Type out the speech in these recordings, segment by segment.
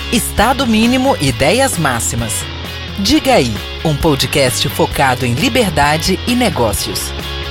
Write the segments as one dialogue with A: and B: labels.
A: Estado Mínimo Ideias Máximas. Diga aí, um podcast focado em liberdade e negócios.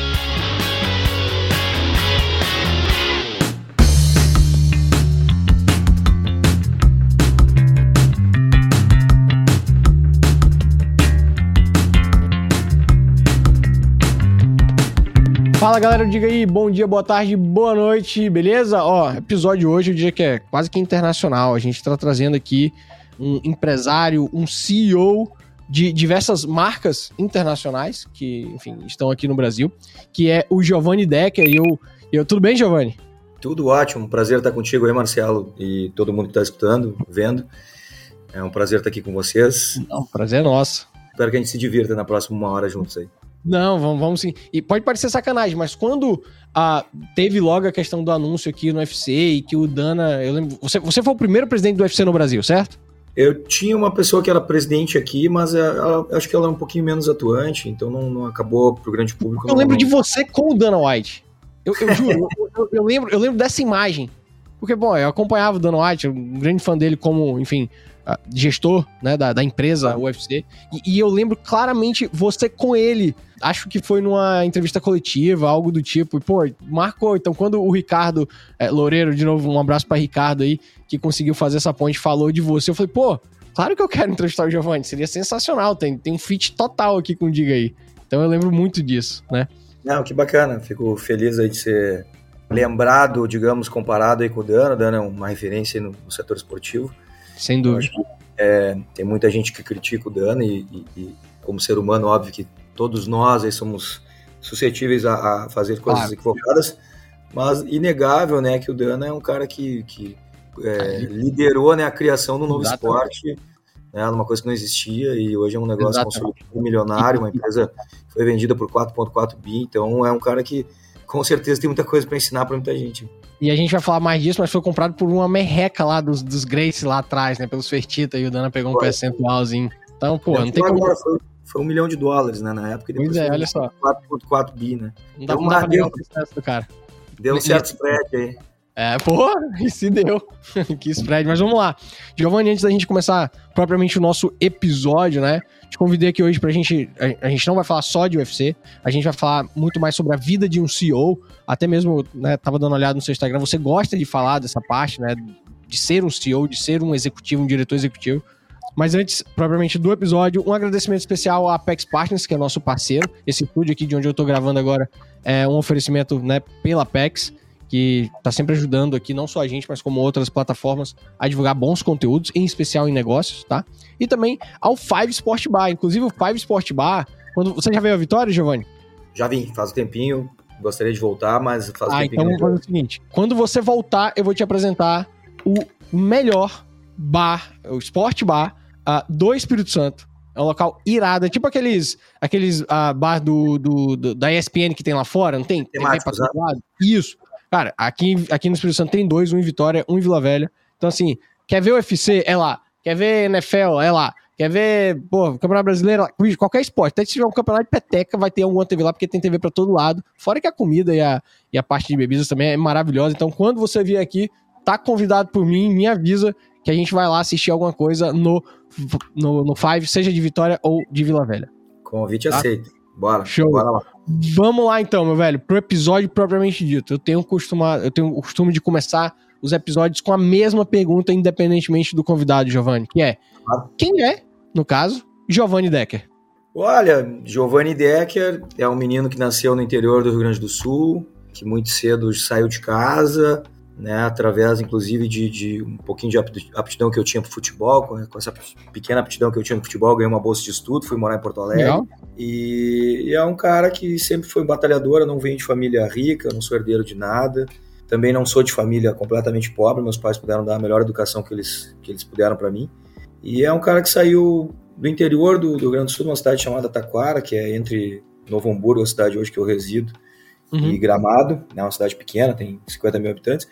B: Fala galera, diga aí, bom dia, boa tarde, boa noite, beleza? Episódio de hoje, o dia que é quase que internacional, a gente tá trazendo aqui um empresário, um CEO de diversas marcas internacionais que, enfim, estão aqui no Brasil, que é o Giovanni Decker. Tudo bem, Giovanni?
C: Tudo ótimo, prazer estar contigo aí, Marcelo, e todo mundo que está escutando, vendo. É um prazer estar aqui com vocês.
B: Não, prazer é nosso.
C: Espero que a gente se divirta na próxima 1 hora juntos aí.
B: Não, vamos sim. E pode parecer sacanagem, mas quando teve logo a questão do anúncio aqui no UFC e que o Dana... Eu lembro, você foi o primeiro presidente do UFC no Brasil, certo?
C: Eu tinha uma pessoa que era presidente aqui, mas acho que ela é um pouquinho menos atuante, então não acabou pro grande público.
B: Eu lembro de você com o Dana White. Eu juro, eu lembro dessa imagem. Porque, bom, eu acompanhava o Dana White, um grande fã dele como, enfim, gestor, né, da empresa UFC. E eu lembro claramente você com ele. Acho que foi numa entrevista coletiva, algo do tipo. E, pô, marcou. Então, quando o Ricardo Loureiro, de novo, um abraço para Ricardo aí, que conseguiu fazer essa ponte, falou de você, eu falei, pô, claro que eu quero entrevistar o Giovanni, seria sensacional. Tem um fit total aqui com o Diga aí. Então, eu lembro muito disso, né?
C: Não, que bacana. Fico feliz aí de ser lembrado, digamos, comparado aí com o Dana. O Dana é uma referência no setor esportivo.
B: Sem dúvida.
C: Tem muita gente que critica o Dana e como ser humano, óbvio que todos nós aí somos suscetíveis a fazer coisas equivocadas, mas inegável, né, que o Dana é um cara que liderou, né, a criação do novo esporte, né, uma coisa que não existia, e hoje é um negócio consolidado milionário, uma empresa que foi vendida por 4,4 bi, então é um cara que com certeza tem muita coisa para ensinar para muita gente.
B: E a gente vai falar mais disso, mas foi comprado por uma merreca lá dos Gracie lá atrás, né, pelos Fertitta, e o Dana pegou um percentualzinho. Então, pô, não tem como...
C: Foi $1 milhão, né, na época. E depois
B: pois olha só.
C: 4,4 bi, né?
B: Não dá pra negar o sucesso do cara.
C: Deu um certo spread aí.
B: E se deu. Que spread. Mas vamos lá. Giovanni, antes da gente começar propriamente o nosso episódio, né? Te convidei aqui hoje pra gente... A gente não vai falar só de UFC. A gente vai falar muito mais sobre a vida de um CEO. Até mesmo, né? Tava dando uma olhada no seu Instagram. Você gosta de falar dessa parte, né? De ser um CEO, de ser um executivo, um diretor executivo. Mas antes, propriamente, do episódio, um agradecimento especial à Apex Partners, que é nosso parceiro. Esse estúdio aqui de onde eu tô gravando agora é um oferecimento, né, pela Apex, que tá sempre ajudando aqui, não só a gente, mas como outras plataformas, a divulgar bons conteúdos, em especial em negócios, tá? E também ao Five Sport Bar. Inclusive, o Five Sport Bar... Você já veio à Vitória, Giovanni?
C: Já vim, faz um tempinho. Gostaria de voltar, mas faz um tempinho.
B: Então vamos fazer o seguinte. Quando você voltar, eu vou te apresentar o melhor bar, o Sport Bar, do Espírito Santo. É um local irado. É tipo aqueles bar da ESPN que tem lá fora, não tem? Tem pra todo lado? Isso. Cara, aqui no Espírito Santo tem 2, um em Vitória, um em Vila Velha. Então, assim, quer ver o UFC? É lá. Quer ver NFL? É lá. Quer ver, Campeonato Brasileiro? É lá. Qualquer esporte. Até se tiver um campeonato de peteca, vai ter alguma TV lá, porque tem TV pra todo lado. Fora que a comida e a parte de bebidas também é maravilhosa. Então, quando você vier aqui, tá convidado por mim, me avisa que a gente vai lá assistir alguma coisa no Five, seja de Vitória ou de Vila Velha.
C: Convite aceito. Bora.
B: Show.
C: Bora lá.
B: Vamos lá então, meu velho, pro episódio propriamente dito. Eu tenho o costume de começar os episódios com a mesma pergunta, independentemente do convidado, Giovanni, que é, quem é, no caso, Giovanni Decker?
C: Olha, Giovanni Decker é um menino que nasceu no interior do Rio Grande do Sul, que muito cedo saiu de casa, né, através, inclusive, de um pouquinho de aptidão que eu tinha para futebol, com essa pequena aptidão que eu tinha no futebol, ganhei uma bolsa de estudo, fui morar em Porto Alegre. Legal. E é um cara que sempre foi batalhador, eu não venho de família rica, eu não sou herdeiro de nada, também não sou de família completamente pobre, meus pais puderam dar a melhor educação que eles puderam para mim. E é um cara que saiu do interior do Rio Grande do Sul, uma cidade chamada Taquara, que é entre Novo Hamburgo, a cidade hoje que eu resido, e Gramado, é uma cidade pequena, tem 50 mil habitantes,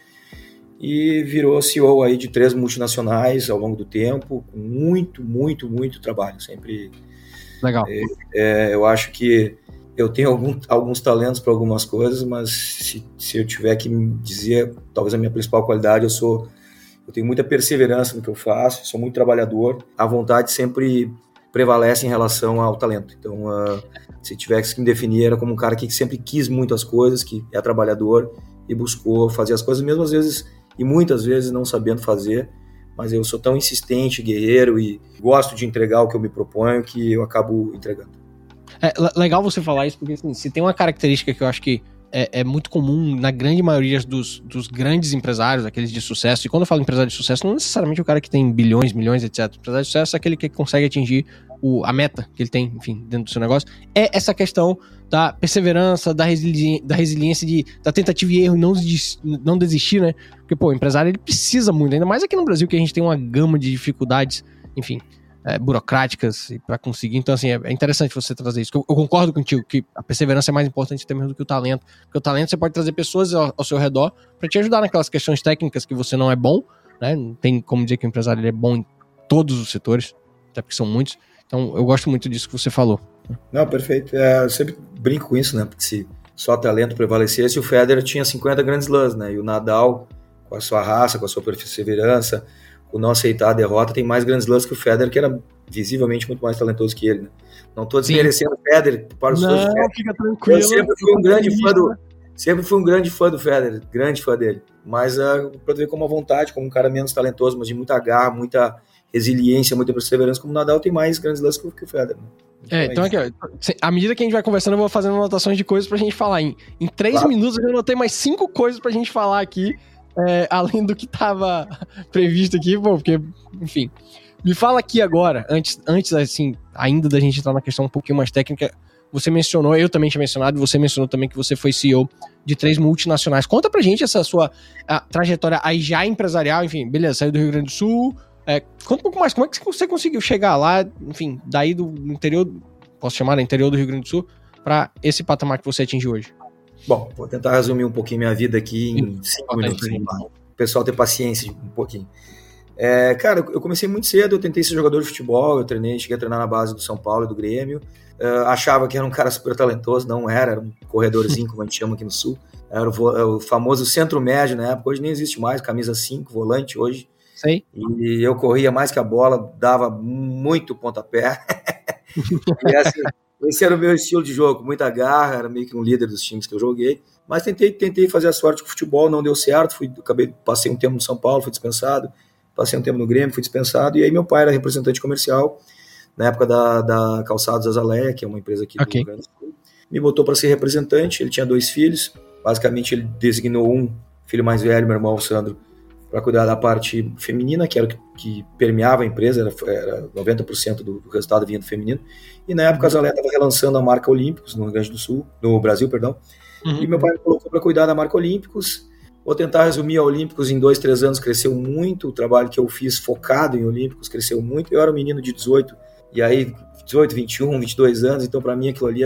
C: e virou CEO aí de 3 multinacionais ao longo do tempo, com muito trabalho, sempre.
B: Legal.
C: Eu acho que eu tenho alguns talentos para algumas coisas, mas se eu tiver que me dizer, talvez a minha principal qualidade, eu sou eu tenho muita perseverança no que eu faço, sou muito trabalhador, a vontade sempre prevalece em relação ao talento. Então, se tivesse que me definir, era como um cara que sempre quis muito as coisas, que é trabalhador e buscou fazer as coisas, mesmo às vezes, e muitas vezes não sabendo fazer, mas eu sou tão insistente, guerreiro e gosto de entregar o que eu me proponho que eu acabo entregando.
B: É legal você falar isso, porque assim, se tem uma característica que eu acho que é muito comum na grande maioria dos grandes empresários, aqueles de sucesso, e quando eu falo empresário de sucesso, não necessariamente o cara que tem bilhões, milhões, etc. O empresário de sucesso é aquele que consegue atingir a meta que ele tem, enfim, dentro do seu negócio, é essa questão da perseverança, da resiliência, da tentativa e erro, não desistir, né? Porque, pô, o empresário, ele precisa muito, ainda mais aqui no Brasil, que a gente tem uma gama de dificuldades, enfim, burocráticas para conseguir. Então, assim, é interessante você trazer isso. Eu concordo contigo que a perseverança é mais importante até mesmo do que o talento. Porque o talento você pode trazer pessoas ao seu redor para te ajudar naquelas questões técnicas que você não é bom, né? Não tem como dizer que o empresário ele é bom em todos os setores, até porque são muitos. Então, eu gosto muito disso que você falou.
C: Não, perfeito. Eu sempre brinco com isso, né? Porque se só talento prevalecesse, o Federer tinha 50 grandes slams, né? E o Nadal, com a sua raça, com a sua perseverança, o não aceitar a derrota, tem mais grandes slams que o Federer, que era visivelmente muito mais talentoso que ele, né? Não estou desmerecendo o Federer para os fãs do Federer.
B: Fica tranquilo.
C: Eu sempre fui um grande fã do Federer, grande fã dele. Mas para ver como a vontade, como um cara menos talentoso, mas de muita garra, muita resiliência, muita perseverança, como o Nadal tem mais grandes slams que o Federer, né?
B: Então aqui, ó, à medida que a gente vai conversando, eu vou fazendo anotações de coisas pra gente falar. Em 3 minutos eu já anotei mais 5 coisas pra gente falar aqui, além do que tava previsto aqui, bom, porque, enfim. Me fala aqui agora, antes assim, ainda da gente entrar na questão um pouquinho mais técnica, você mencionou, eu também tinha mencionado, você mencionou também que você foi CEO de 3 multinacionais. Conta pra gente essa sua trajetória aí já empresarial, enfim, beleza, saiu do Rio Grande do Sul. Conta um pouco mais, como é que você conseguiu chegar lá, enfim, daí do interior, posso chamar, interior do Rio Grande do Sul, para esse patamar que você atinge hoje?
C: Bom, vou tentar resumir um pouquinho minha vida aqui em 5 minutos, o pessoal ter paciência um pouquinho. Cara, eu comecei muito cedo, eu tentei ser jogador de futebol, eu cheguei a treinar na base do São Paulo e do Grêmio, achava que era um cara super talentoso, não era um corredorzinho, como a gente chama aqui no Sul, era o famoso centro médio na época, hoje nem existe mais, camisa 5, volante hoje.
B: Sei.
C: E eu corria mais que a bola, dava muito pontapé. E assim, esse era o meu estilo de jogo, muita garra, era meio que um líder dos times que eu joguei. Mas tentei fazer a sorte com o futebol, não deu certo. Passei um tempo no São Paulo, fui dispensado. Passei um tempo no Grêmio, fui dispensado. E aí meu pai era representante comercial, na época da Calçados Azaleia, que é uma empresa aqui do Rio Grande do Sul. Me botou para ser representante, ele tinha 2 filhos. Basicamente ele designou um filho mais velho, meu irmão, o Sandro, para cuidar da parte feminina, que era o que permeava a empresa, era 90% do resultado vinha do feminino. E na época a Azaleia estava relançando a marca Olímpicos no Rio Grande do Sul, no Brasil, perdão. E meu pai me colocou para cuidar da marca Olímpicos. Vou tentar resumir a Olímpicos em 2, 3 anos, cresceu muito. O trabalho que eu fiz focado em Olímpicos cresceu muito. Eu era um menino de 18, e aí 18, 21, 22 anos, então para mim aquilo ali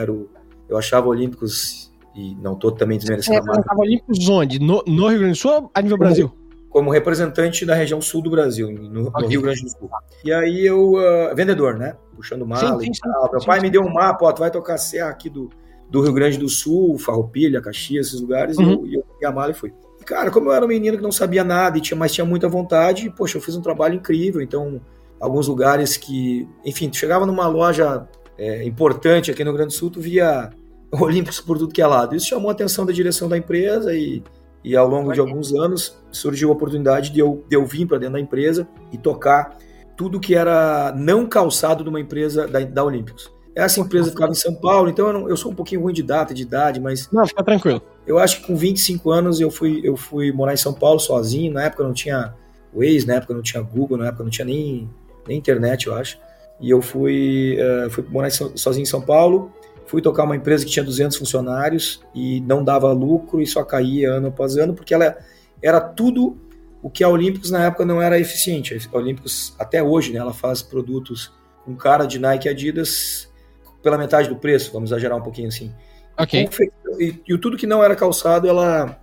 C: eu achava Olímpicos, e não estou também desmerecendo a marca.
B: Você achava Olímpicos onde? No Rio Grande do Sul ou a nível Brasil?
C: Como representante da região sul do Brasil, no Rio Grande do Sul. E aí eu, vendedor, né? Puxando mala e tal. Meu pai me deu um mapa, tu vai tocar serra aqui do Rio Grande do Sul, Farroupilha, Caxias, esses lugares, e eu peguei a mala e fui. E, cara, como eu era um menino que não sabia nada, mas tinha muita vontade, poxa, eu fiz um trabalho incrível. Então, alguns lugares que, enfim, tu chegava numa loja importante aqui no Rio Grande do Sul, tu via Olímpicos por tudo que é lado. Isso chamou a atenção da direção da empresa e ao longo de alguns anos surgiu a oportunidade de eu vir para dentro da empresa e tocar tudo que era não calçado de uma empresa da Olímpicos. Essa empresa ficava em São Paulo, então eu sou um pouquinho ruim de idade, mas... Não,
B: fica tranquilo.
C: Eu acho que com 25 anos eu fui morar em São Paulo sozinho. Na época não tinha Waze, na época não tinha Google, na época não tinha nem internet, eu acho. E eu fui morar sozinho em São Paulo. Fui tocar uma empresa que tinha 200 funcionários e não dava lucro e só caía ano após ano, porque ela era tudo o que a Olímpicos na época não era eficiente. A Olímpicos, até hoje, né, ela faz produtos com cara de Nike e Adidas pela metade do preço, vamos exagerar um pouquinho assim.
B: Ok.
C: E tudo que não era calçado, ela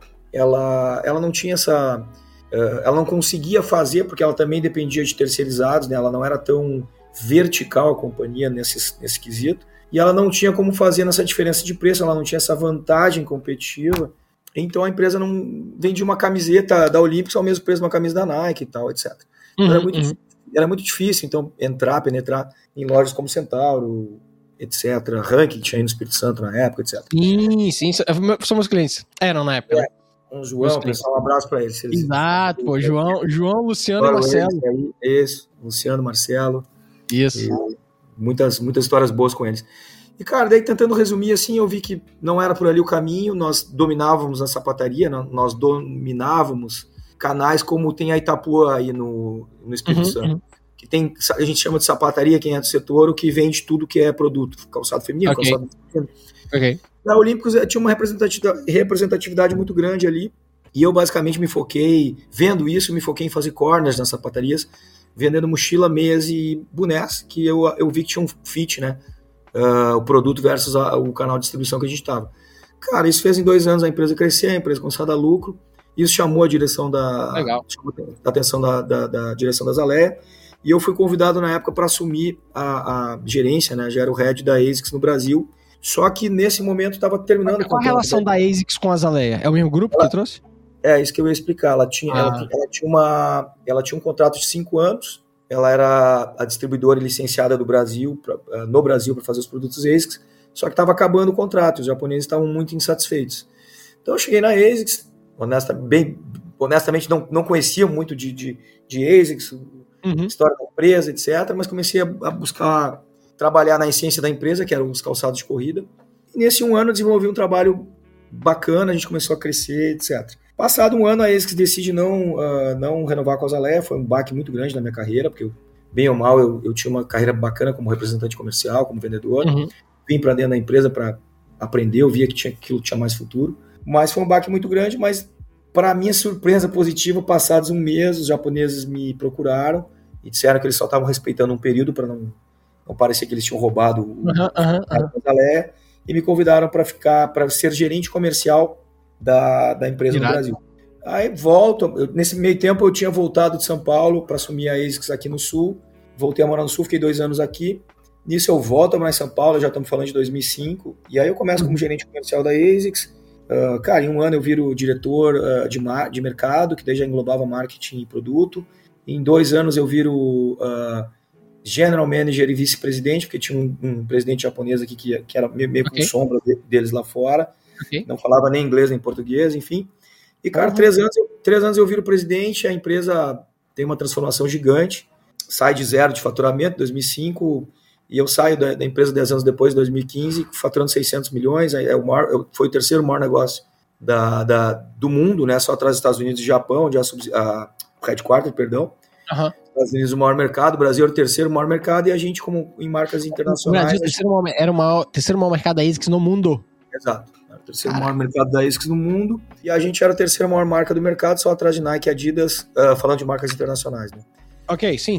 C: não tinha essa... ela não conseguia fazer, porque ela também dependia de terceirizados, né, ela não era tão vertical a companhia nesse quesito. E ela não tinha como fazer nessa diferença de preço, ela não tinha essa vantagem competitiva. Então a empresa não vendia uma camiseta da Olympics ao mesmo preço de uma camisa da Nike e tal, etc. Então, era muito difícil, então, penetrar em lojas como Centauro, etc. Ranking, que tinha aí no Espírito Santo na época, etc.
B: Sim, são meus clientes. Eram na época, né?
C: Um João, pessoal, um abraço para eles.
B: Exato, pô, João, Luciano e Marcelo.
C: Isso, Luciano, Marcelo.
B: Isso.
C: Muitas histórias boas com eles. E, cara, daí tentando resumir, assim, eu vi que não era por ali o caminho, nós dominávamos a sapataria, nós dominávamos canais como tem a Itapuã aí no Espírito Santo, que tem, a gente chama de sapataria, quem é do setor, o que vende tudo que é produto, calçado feminino, calçado masculino. Na Olímpicos tinha uma representatividade muito grande ali, e eu basicamente me foquei em fazer corners nas sapatarias, vendendo mochila, meias e bonés, que eu vi que tinha um fit, né? O produto versus o canal de distribuição que a gente estava. Cara, isso fez em 2 anos a empresa crescer, a empresa começou a dar lucro, isso chamou a direção da atenção da direção da Zaleia, e eu fui convidado na época para assumir a gerência, né? Já era o head da ASICS no Brasil, só que nesse momento estava terminando o contrato.
B: Qual a relação da ASICS com a Zaleia? É o mesmo grupo que trouxe?
C: É, isso que eu ia explicar. Ela tinha um contrato de 5 anos, ela era a distribuidora licenciada do Brasil, no Brasil, para fazer os produtos ASICS, só que estava acabando o contrato, os japoneses estavam muito insatisfeitos. Então eu cheguei na ASICS, honestamente não conhecia muito de ASICS, história da empresa, etc., mas comecei a buscar trabalhar na essência da empresa, que eram os calçados de corrida, e nesse 1 ano eu desenvolvi um trabalho bacana, a gente começou a crescer, etc. Passado 1 ano, a ASICS decide não renovar com a Zaleia, foi um baque muito grande na minha carreira, porque bem ou mal eu tinha uma carreira bacana como representante comercial, como vendedor, vim para dentro da empresa para aprender, eu via que aquilo tinha mais futuro, mas foi um baque muito grande, mas para minha surpresa positiva, passados 1 mês, os japoneses me procuraram e disseram que eles só estavam respeitando um período para não parecer que eles tinham roubado a Zaleia, e me convidaram para ser gerente comercial da empresa no Brasil. Aí nesse meio tempo eu tinha voltado de São Paulo para assumir a ASICS aqui no Sul, voltei a morar no Sul, fiquei 2 anos aqui, nisso eu volto a morar em São Paulo, já estamos falando de 2005, e aí eu começo como gerente comercial da ASICS, cara, em 1 ano eu viro diretor de mercado, que daí já englobava marketing e produto, em 2 anos eu viro general manager e vice-presidente, porque tinha um presidente japonês aqui que era meio com sombra deles lá fora, não falava nem inglês nem português, enfim. E, cara, 3 anos eu viro presidente, a empresa tem uma transformação gigante, sai de 0 de faturamento, 2005, e eu saio da empresa 10 anos depois, 2015, faturando 600 milhões, foi o terceiro maior negócio do mundo, né, só atrás dos Estados Unidos e Japão, onde a headquarter, perdão. Estados Unidos o maior mercado, o Brasil era o terceiro maior mercado, e a gente, como em marcas internacionais... O
B: Brasil era o terceiro maior mercado da ASICS no mundo.
C: Exato. Era o terceiro maior mercado da ASICS no mundo, e a gente era a terceira maior marca do mercado, só atrás de Nike e Adidas, falando de marcas internacionais, né?
B: Ok, sim.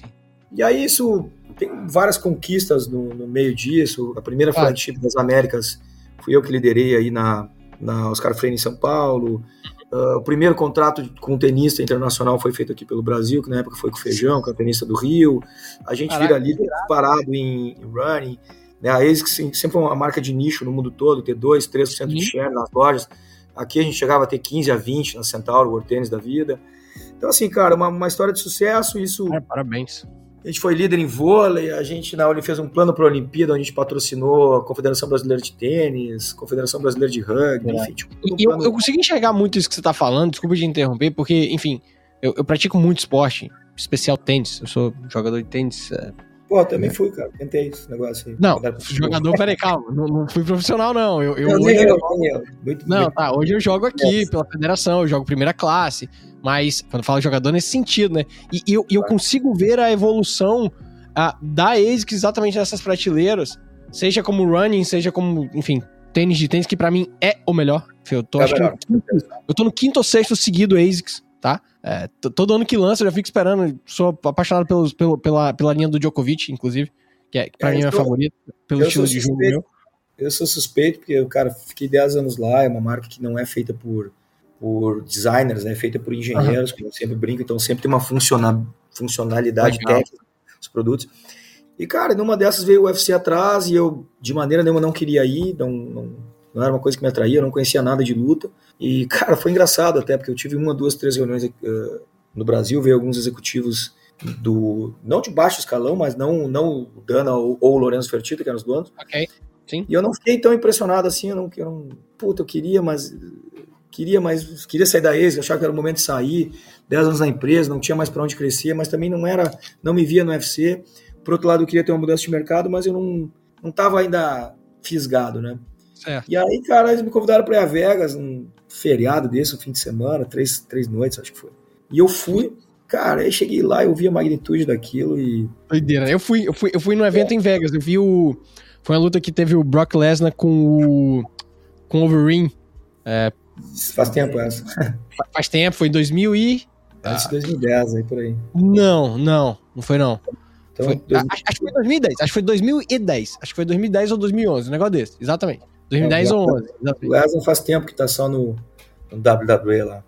C: E aí isso, tem várias conquistas no meio disso. A primeira flagship das Américas fui eu que liderei aí na Oscar Freire em São Paulo. O primeiro contrato com um tenista internacional foi feito aqui pelo Brasil, que na época foi com o Feijão, que é o tenista do Rio. A gente vira líder disparado em running. Né? A ASICS sempre foi uma marca de nicho no mundo todo, ter 2, 3% de share nas lojas. Aqui a gente chegava a ter 15 a 20 na Centauro, World Tennis da vida. Então, assim, cara, uma história de sucesso. Isso.
B: Parabéns.
C: A gente foi líder em vôlei, a gente na Uni fez um plano para a Olimpíada, onde a gente patrocinou a Confederação Brasileira de Tênis, Confederação Brasileira de Rugby, enfim.
B: Eu consigo enxergar muito isso que você está falando, desculpa de interromper, porque, enfim, eu pratico muito esporte, especial tênis, eu sou jogador de tênis.
C: Pô, também fui, cara, tentei esse negócio aí.
B: Não, jogador, peraí, calma, não fui profissional, não. Hoje eu jogo aqui pela federação, eu jogo primeira classe, mas quando eu falo jogador nesse sentido, né? E eu consigo ver a evolução da ASICS exatamente nessas prateleiras, seja como running, seja como, enfim, tênis de tênis, que pra mim é o melhor. Eu tô no 5º ou 6º seguido ASICS, tá? Todo ano que lança eu já fico esperando, sou apaixonado pela linha do Djokovic, inclusive, que pra mim é a favorita, pelo estilo de jogo meu.
C: Eu sou suspeito, porque, cara, fiquei 10 anos lá, é uma marca que não é feita por designers, é feita por engenheiros, como eu sempre brinco, então sempre tem uma funcionalidade técnica dos produtos. E, cara, numa dessas veio o UFC atrás e eu, de maneira nenhuma, não queria ir, não era uma coisa que me atraía, eu não conhecia nada de luta. E, cara, foi engraçado até, porque eu tive 1, 2, 3 reuniões no Brasil, veio alguns executivos não de baixo escalão, mas não o Dana ou o Lourenço Fertitta, que eram os donos.
B: Ok, sim.
C: E eu não fiquei tão impressionado assim, eu queria sair da ASICS, achava que era o momento de sair, 10 anos na empresa, não tinha mais para onde crescer, mas também não me via no UFC. Por outro lado, eu queria ter uma mudança de mercado, mas eu não estava ainda fisgado, né?
B: Certo.
C: E aí, cara, eles me convidaram para ir a Vegas, um feriado desse, um fim de semana, 3 noites, acho que foi. E eu fui, cara, aí cheguei lá, eu vi a magnitude daquilo e...
B: Doideira. Eu fui no evento em Vegas, eu vi foi uma luta que teve o Brock Lesnar com o Wolverine.
C: Faz tempo essa.
B: Faz tempo, foi em 2000 e...
C: Antes de 2010, aí por aí.
B: Não foi não.
C: Então,
B: acho que foi 2010, acho que foi 2010. Acho que foi 2010 ou 2011, um negócio desse, exatamente. 2010 ou 11.
C: O Lesnar faz tempo que tá só no WWE lá.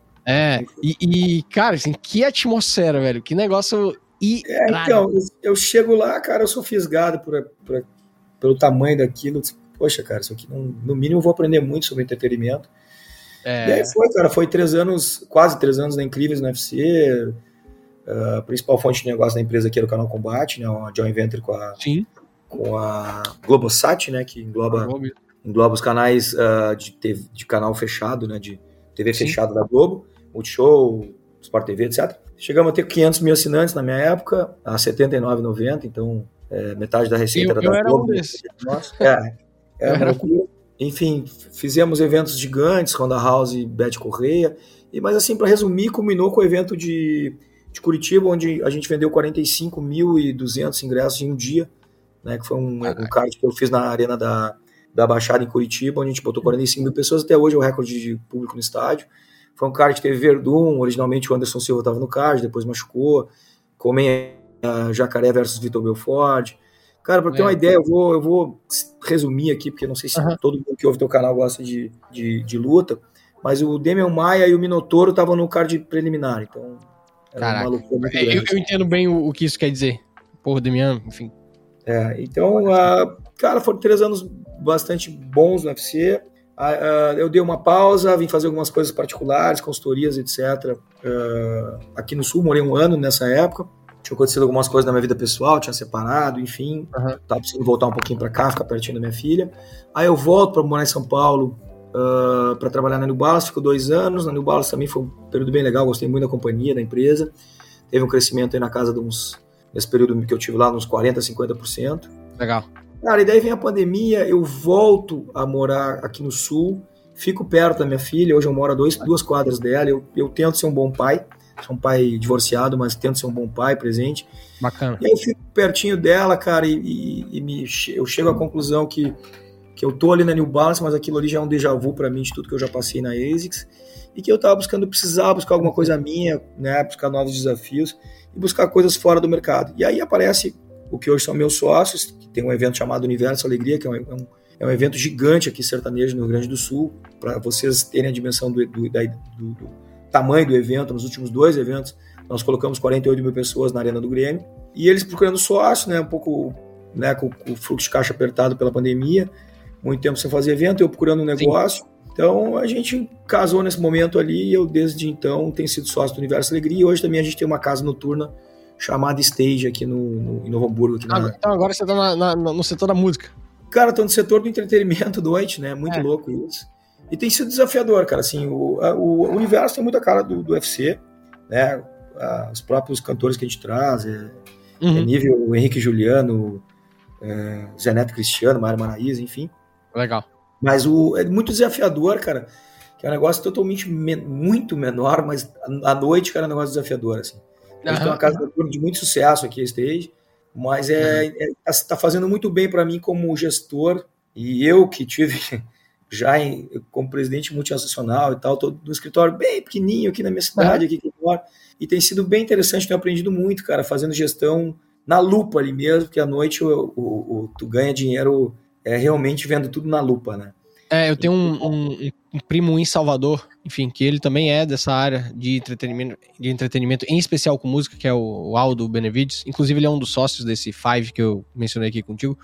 B: Cara, assim, que atmosfera, velho, que negócio
C: então, eu chego lá, cara, eu sou fisgado pelo tamanho daquilo. Poxa, cara, isso aqui, no mínimo, eu vou aprender muito sobre entretenimento. E aí foi 3 anos, quase 3 anos na Incríveis no UFC. A principal fonte de negócio da empresa aqui era o Canal Combate, né, uma joint venture com a Globosat, né, que engloba os canais de canal fechado, né, de TV fechado da Globo, Multishow, Sport TV, etc. Chegamos a ter 500 mil assinantes na minha época, a R$ 79,90, então metade da receita era da Globo.
B: Um desses.
C: Nossa, era uma loucura. Enfim, fizemos eventos gigantes, Ronda House e Beth Correia, mas assim, para resumir, culminou com o evento de Curitiba, onde a gente vendeu 45.200 ingressos em um dia, né, que foi um card que eu fiz na arena da Baixada em Curitiba, onde a gente botou 45 mil pessoas, até hoje é o recorde de público no estádio. Foi um card que teve Verdun, originalmente o Anderson Silva estava no card, depois machucou, Comem Jacaré versus Vitor Belfort. Cara, para ter uma ideia, eu vou resumir aqui, porque eu não sei se todo mundo que ouve teu canal gosta de luta, mas o Demian Maia e o Minotauro estavam no card preliminar, então era uma loucura muito grande.
B: Eu entendo bem o que isso quer dizer. Porra, Demian, enfim.
C: Então, cara, foram 3 anos bastante bons no UFC. Eu dei uma pausa, vim fazer algumas coisas particulares, consultorias, etc. Aqui no Sul, morei 1 ano nessa época. Tinha acontecido algumas coisas na minha vida pessoal, tinha separado, enfim. Tava precisando voltar um pouquinho pra cá, ficar pertinho da minha filha. Aí eu volto pra morar em São Paulo, para trabalhar na New Balance, fico 2 anos. Na New Balance também foi um período bem legal, gostei muito da companhia, da empresa. Teve um crescimento aí na casa de nesse período que eu tive lá, uns 40%, 50%.
B: Legal.
C: Cara, e daí vem a pandemia, eu volto a morar aqui no Sul, fico perto da minha filha, hoje eu moro a 2 quadras dela, eu tento ser um bom pai, sou um pai divorciado, mas tento ser um bom pai, presente.
B: Bacana.
C: E aí eu fico pertinho dela, cara, eu chego à conclusão que eu tô ali na New Balance, mas aquilo ali já é um déjà vu pra mim de tudo que eu já passei na ASICS, e que eu tava precisava buscar alguma coisa minha, né, buscar novos desafios e buscar coisas fora do mercado. E aí aparece o que hoje são meus sócios, que tem um evento chamado Universo Alegria, que é um evento gigante aqui sertanejo no Rio Grande do Sul, para vocês terem a dimensão do tamanho do evento. Nos últimos 2 eventos, nós colocamos 48 mil pessoas na Arena do Grêmio, e eles procurando sócio, né, um pouco, né, com o fluxo de caixa apertado pela pandemia, muito tempo sem fazer evento, eu procurando um negócio. Sim. Então a gente casou nesse momento ali, e eu desde então tenho sido sócio do Universo Alegria, e hoje também a gente tem uma casa noturna chamada Stage aqui em Novo Hamburgo.
B: Então agora você tá no setor da música.
C: Cara, tô no setor do entretenimento noite, né? Muito louco isso. E tem sido desafiador, cara. Assim, o universo tem muita cara do UFC, né? Os próprios cantores que a gente traz, nível Henrique Juliano, Zé Neto Cristiano, Mário Maraíza, enfim.
B: Legal.
C: Mas é muito desafiador, cara, que é um negócio totalmente muito menor, mas à noite, cara, é um negócio desafiador, assim. A gente tem uma casa de muito sucesso aqui, a Stage, mas tá fazendo muito bem para mim como gestor, e eu que tive já como presidente multinacional e tal, tô no escritório bem pequenininho aqui na minha cidade, aqui que eu moro, e tem sido bem interessante, tenho aprendido muito, cara, fazendo gestão na lupa ali mesmo, porque à noite tu ganha dinheiro realmente vendo tudo na lupa, né?
B: Eu tenho um primo em Salvador, enfim, que ele também é dessa área de entretenimento, em especial com música, que é o Aldo Benevides. Inclusive, ele é um dos sócios desse Five que eu mencionei aqui contigo.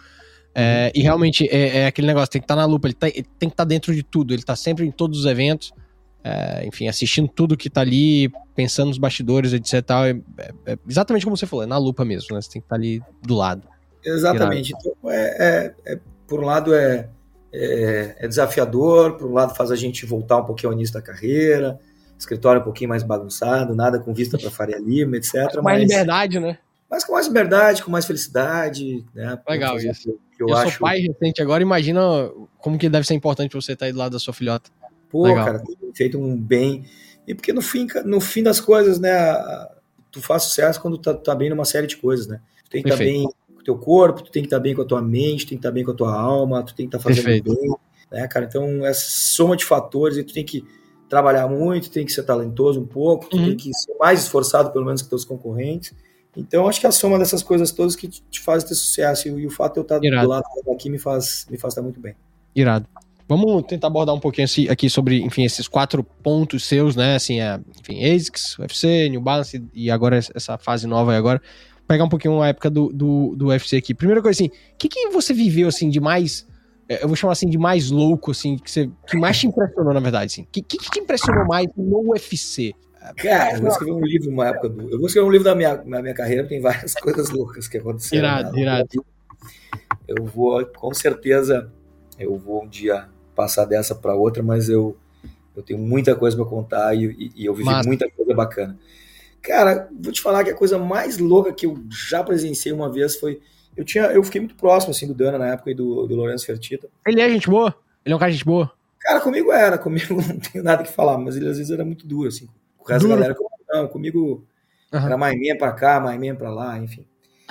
B: E realmente é aquele negócio, tem que estar na lupa, ele tem que estar dentro de tudo, ele tá sempre em todos os eventos, enfim, assistindo tudo que tá ali, pensando nos bastidores, etc. Tal, exatamente como você falou, é na lupa mesmo, né? Você tem que estar ali do lado.
C: Exatamente. Então, por um lado é desafiador, por um lado faz a gente voltar um pouquinho ao início da carreira, escritório um pouquinho mais bagunçado, nada com vista para Faria Lima, etc.
B: Com mais liberdade, né?
C: Mas com mais liberdade, com mais felicidade, né?
B: Legal isso.
C: Eu
B: sou pai recente agora, imagina como que deve ser importante pra você estar aí do lado da sua filhota.
C: Pô, legal. Cara, tem feito um bem. E porque no fim das coisas, né? Tu faz sucesso quando tá bem numa série de coisas, né? Tu tem que estar bem com o teu corpo, tu tem que estar bem com a tua mente, tu tem que estar bem com a tua alma, tu tem que estar fazendo bem, né, cara? Então, essa soma de fatores, e tu tem que trabalhar muito, tem que ser talentoso um pouco, tu tem que ser mais esforçado, pelo menos, que teus concorrentes. Então, acho que a soma dessas coisas todas que te fazem ter sucesso, e o fato de eu estar do lado daqui me faz estar muito bem.
B: Irado. Vamos tentar abordar um pouquinho aqui sobre, enfim, esses 4 pontos seus, né, assim, enfim, ASICS, UFC, New Balance e agora essa fase nova aí agora. Pegar um pouquinho a época do UFC aqui. Primeira coisa, assim, o que você viveu, assim, de mais, eu vou chamar assim, de mais louco, assim, que mais te impressionou, na verdade, assim? O que te impressionou mais no UFC?
C: Cara, eu vou escrever um livro uma época eu vou escrever um livro da minha carreira, tem várias coisas loucas que aconteceram.
B: Irado.
C: Eu vou, com certeza, um dia passar dessa para outra, mas eu tenho muita coisa para contar e eu vivi muita coisa bacana. Cara, vou te falar que a coisa mais louca que eu já presenciei uma vez foi... Eu fiquei muito próximo, assim, do Dana na época e do Lourenço Fertitta.
B: Ele é gente boa? Ele é um cara de gente boa?
C: Cara, comigo não tenho nada que falar, mas ele às vezes era muito duro, assim. O resto da galera, comigo era mais meia pra cá, mais meia pra lá, enfim.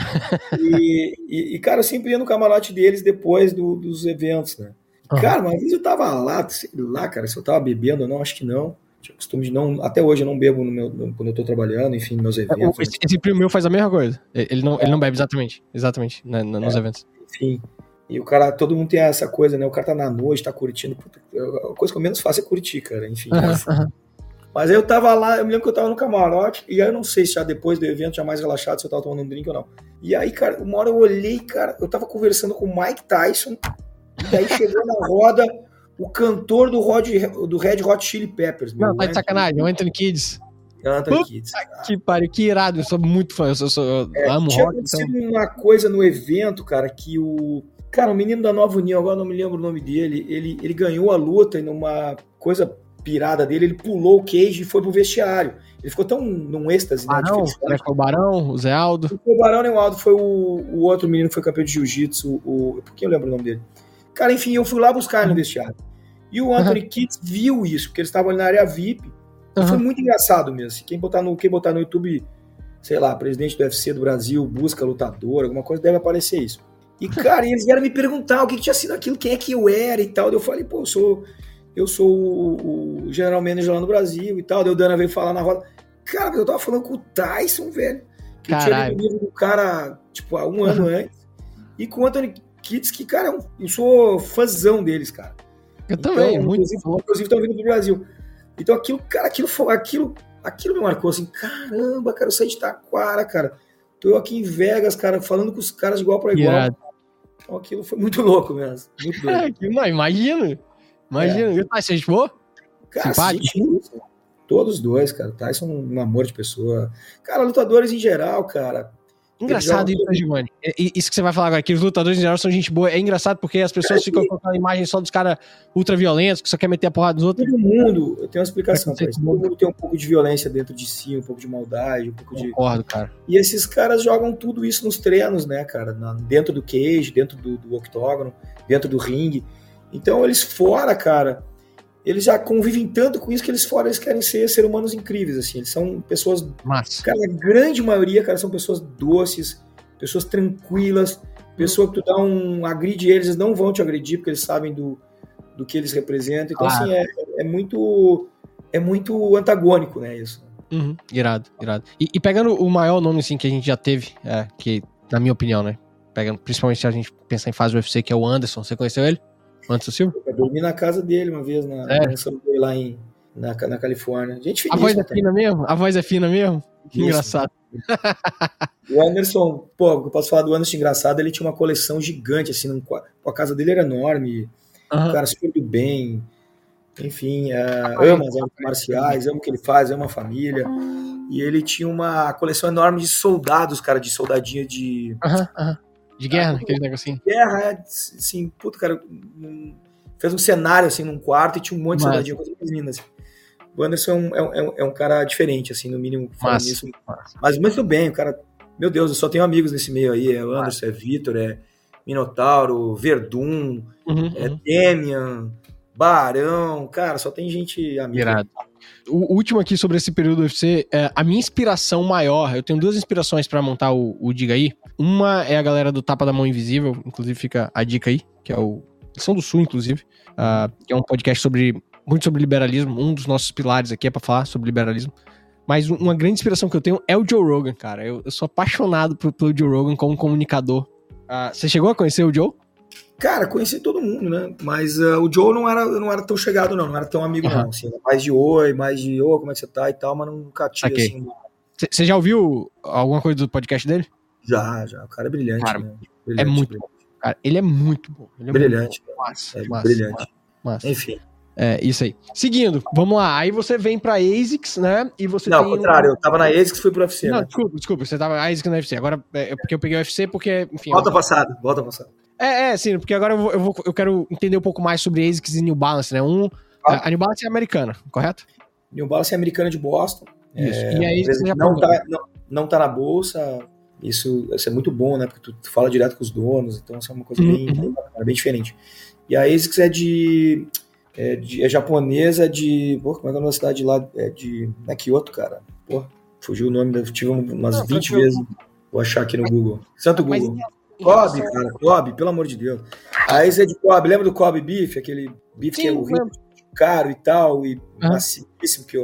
C: E, cara, eu sempre ia no camarote deles depois dos eventos, né? Cara, uma vez eu tava lá, sei lá, cara, se eu tava bebendo ou não, acho que não. Tinha costume de não... Até hoje eu não bebo quando eu tô trabalhando, enfim, nos meus eventos.
B: Esse primo meu faz a mesma coisa. Ele não bebe exatamente nos eventos.
C: Enfim. E o cara, todo mundo tem essa coisa, né? O cara tá na noite, tá curtindo. Puta, a coisa que eu menos faço é curtir, cara. Enfim. Mas aí eu tava lá, eu me lembro que eu tava no camarote, e aí eu não sei se já depois do evento, já mais relaxado, se eu tava tomando um drink ou não. E aí, cara, uma hora eu olhei, cara, eu tava conversando com o Mike Tyson, e daí chegou na roda o cantor do Red Hot Chili Peppers.
B: Não, tá de sacanagem, o Anthony Kiedis.
C: Anthony Kiedis.
B: Que pariu, que irado, eu sou muito fã, eu amo
C: tinha
B: rock.
C: Acontecido uma coisa no evento, cara, que o menino da Nova União, agora não me lembro o nome dele, ele ganhou a luta e numa coisa pirada dele, ele pulou o cage e foi pro vestiário. Ele ficou tão num êxtase, né?
B: Foi o Barão, o Zé Aldo.
C: Não foi o Barão nem o Aldo, foi o outro menino que foi campeão de jiu-jitsu, por que eu lembro o nome dele? Cara, enfim, eu fui lá buscar ele no vestiário. E o Anthony Kiedis viu isso, porque eles estavam ali na área VIP. E foi muito engraçado mesmo. Quem botar no YouTube, sei lá, presidente do UFC do Brasil, busca lutador, alguma coisa, deve aparecer isso. E, cara, eles vieram me perguntar o que tinha sido aquilo, quem é que eu era e tal. Eu falei, pô, eu sou o general manager lá no Brasil e tal. Daí o Dana veio falar na roda. Cara, eu tava falando com o Tyson, velho. Que eu tinha lido o cara, tipo, há um ano antes. E com o Anthony Kiedis, que, cara, eu sou fãzão deles, cara.
B: Eu também, muito.
C: Inclusive estão vindo do Brasil. Então aquilo me marcou assim, caramba, cara, eu saí de Taquara, cara. Tô eu aqui em Vegas, cara, falando com os caras de igual para igual. Yeah. Então aquilo foi muito louco mesmo. Muito doido.
B: Não, imagina. E o Tyson, gente boa?
C: Cara, simpático. Todos os dois, cara. O Tyson é um amor de pessoa. Cara, lutadores em geral, cara.
B: Engraçado isso, Giovanni. Isso que você vai falar agora, que os lutadores em geral são gente boa. É engraçado porque as pessoas ficam colocando imagem só dos caras ultra violentos, que só quer meter a porrada nos outros.
C: Todo mundo, eu tenho uma explicação pra isso. Todo mundo tem um pouco de violência dentro de si, um pouco de maldade, um pouco de...
B: Concordo, cara.
C: E esses caras jogam tudo isso nos treinos, né, cara? Dentro do cage, dentro do octógono, dentro do ringue. Então eles fora, cara, eles já convivem tanto com isso que eles fora, eles querem ser humanos incríveis, assim. Eles são pessoas...
B: Massa.
C: Cara, a grande maioria, cara, são pessoas doces, pessoas tranquilas, pessoa que tu dá agride eles não vão te agredir, porque eles sabem do que eles representam. Então, assim, é muito antagônico, né, isso.
B: Irado. E pegando o maior nome, assim, que a gente já teve, que, na minha opinião, né, pegando, principalmente se a gente pensar em fase do UFC, que é o Anderson. Você conheceu ele? Anderson Silva?
C: Eu dormi na casa dele uma vez, lá na Califórnia. Gente feliz,
B: a voz é fina mesmo? A voz é fina mesmo? Engraçado.
C: O Anderson, pô, eu posso falar do Anderson engraçado, ele tinha uma coleção gigante, assim, a casa dele era enorme, o cara super do bem, enfim, ama as artes marciais, ama o que ele faz, ama a família, e ele tinha uma coleção enorme de soldados, cara, de soldadinha de...
B: De guerra, aquele negocinho.
C: Guerra, assim, puta, cara, fez um cenário, assim, num quarto e tinha um monte de soldadinha, coisa mais linda, assim. O Anderson é um cara diferente, assim, no mínimo, falando isso. Mas muito bem, o cara... Meu Deus, eu só tenho amigos nesse meio aí. É o Anderson, é Vitor, é Minotauro, Verdun, é Demian, Barão. Cara, só tem gente amiga.
B: Irado. O último aqui sobre esse período do UFC, a minha inspiração maior, eu tenho 2 inspirações pra montar o Diga Aí. Uma é a galera do Tapa da Mão Invisível, inclusive fica a dica aí, que é o... Eles são do Sul, inclusive, que é um podcast muito sobre liberalismo. Um dos nossos pilares aqui é pra falar sobre liberalismo. Mas uma grande inspiração que eu tenho é o Joe Rogan, cara. Eu sou apaixonado pelo Joe Rogan como comunicador. Você chegou a conhecer o Joe?
C: Cara, conheci todo mundo, né? Mas o Joe não era tão chegado, não era tão amigo, não. Assim, mais de oi, como é que você tá e tal, mas nunca tinha, assim...
B: Você já ouviu alguma coisa do podcast dele?
C: Já. O cara é brilhante,
B: cara,
C: né?
B: É muito bom. Cara, ele é muito bom. Ele é
C: brilhante.
B: Muito bom. Massa,
C: brilhante.
B: Massa.
C: Enfim.
B: É, isso aí. Seguindo, vamos lá. Aí você vem pra ASICS, né? E você
C: Não, ao contrário, eu tava na ASICS e fui pro UFC.
B: Não,
C: né?
B: desculpa, você tava na ASICS na UFC. Agora, é porque eu peguei o UFC porque, enfim...
C: Volta passada.
B: Sim, porque agora eu quero entender um pouco mais sobre ASICS e New Balance, né? A New Balance é americana, correto?
C: New Balance é americana de Boston.
B: Isso. E a ASICS já
C: não tá na bolsa. Isso é muito bom, né? Porque tu fala direto com os donos, então isso é uma coisa bem diferente. E a ASICS é japonesa de... Pô, como é que é a nossa cidade lá? É Kyoto, cara. Pô, fugiu o nome, tive umas 20 vezes. Vou achar aqui no Google. Santo Google. Kobe, cara, Kobe, pelo amor de Deus. A ASICS é de Kobe, lembra do Kobe Beef? Aquele bife que é horrível, caro e tal, e maciíssimo, que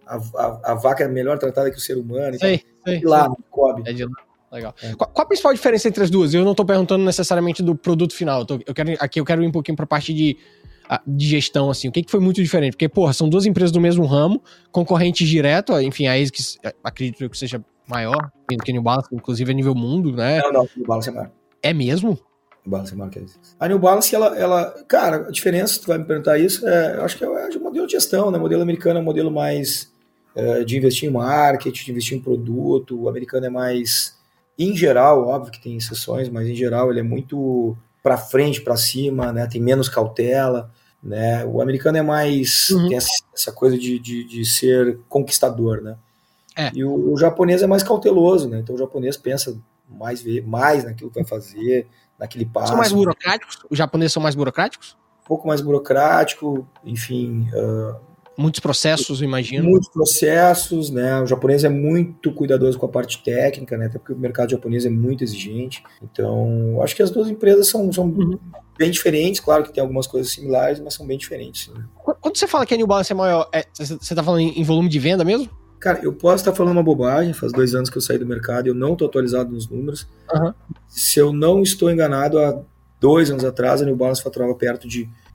C: a vaca é melhor tratada que o ser humano. Sei. Lá, no Kobe.
B: É de lá. Legal. Qual a principal diferença entre as duas? Eu não tô perguntando necessariamente do produto final. Eu quero ir um pouquinho pra parte de gestão, assim. O que foi muito diferente? Porque, porra, são 2 empresas do mesmo ramo, concorrentes direto, enfim, a ASICS, acredito que seja maior do que a New Balance, inclusive a nível mundo, né?
C: Não, a New Balance é maior.
B: É mesmo?
C: New Balance é maior que a ASICS. A New Balance, ela cara, a diferença, tu vai me perguntar isso, eu acho que é de modelo de gestão, né? O modelo americano é um modelo mais de investir em marketing, de investir em produto. O americano é mais, em geral, óbvio que tem exceções, mas em geral ele é muito para frente, para cima, né? Tem menos cautela, né? O americano é mais, tem essa coisa de ser conquistador, né? E o japonês é mais cauteloso, né? Então o japonês pensa mais naquilo que vai fazer, naquele passo.
B: São mais burocráticos? Os japoneses são mais burocráticos?
C: Um pouco mais burocrático, enfim...
B: muitos processos, eu imagino.
C: Muitos processos, né? O japonês é muito cuidadoso com a parte técnica, né? Até porque o mercado japonês é muito exigente. Então, acho que as 2 empresas são bem diferentes. Claro que tem algumas coisas similares, mas são bem diferentes. Né?
B: Quando você fala que a New Balance é maior, você tá falando em volume de venda mesmo?
C: Cara, eu posso estar falando uma bobagem. Faz 2 anos que eu saí do mercado e eu não estou atualizado nos números. Se eu não estou enganado, há 2 anos atrás, a New Balance faturava perto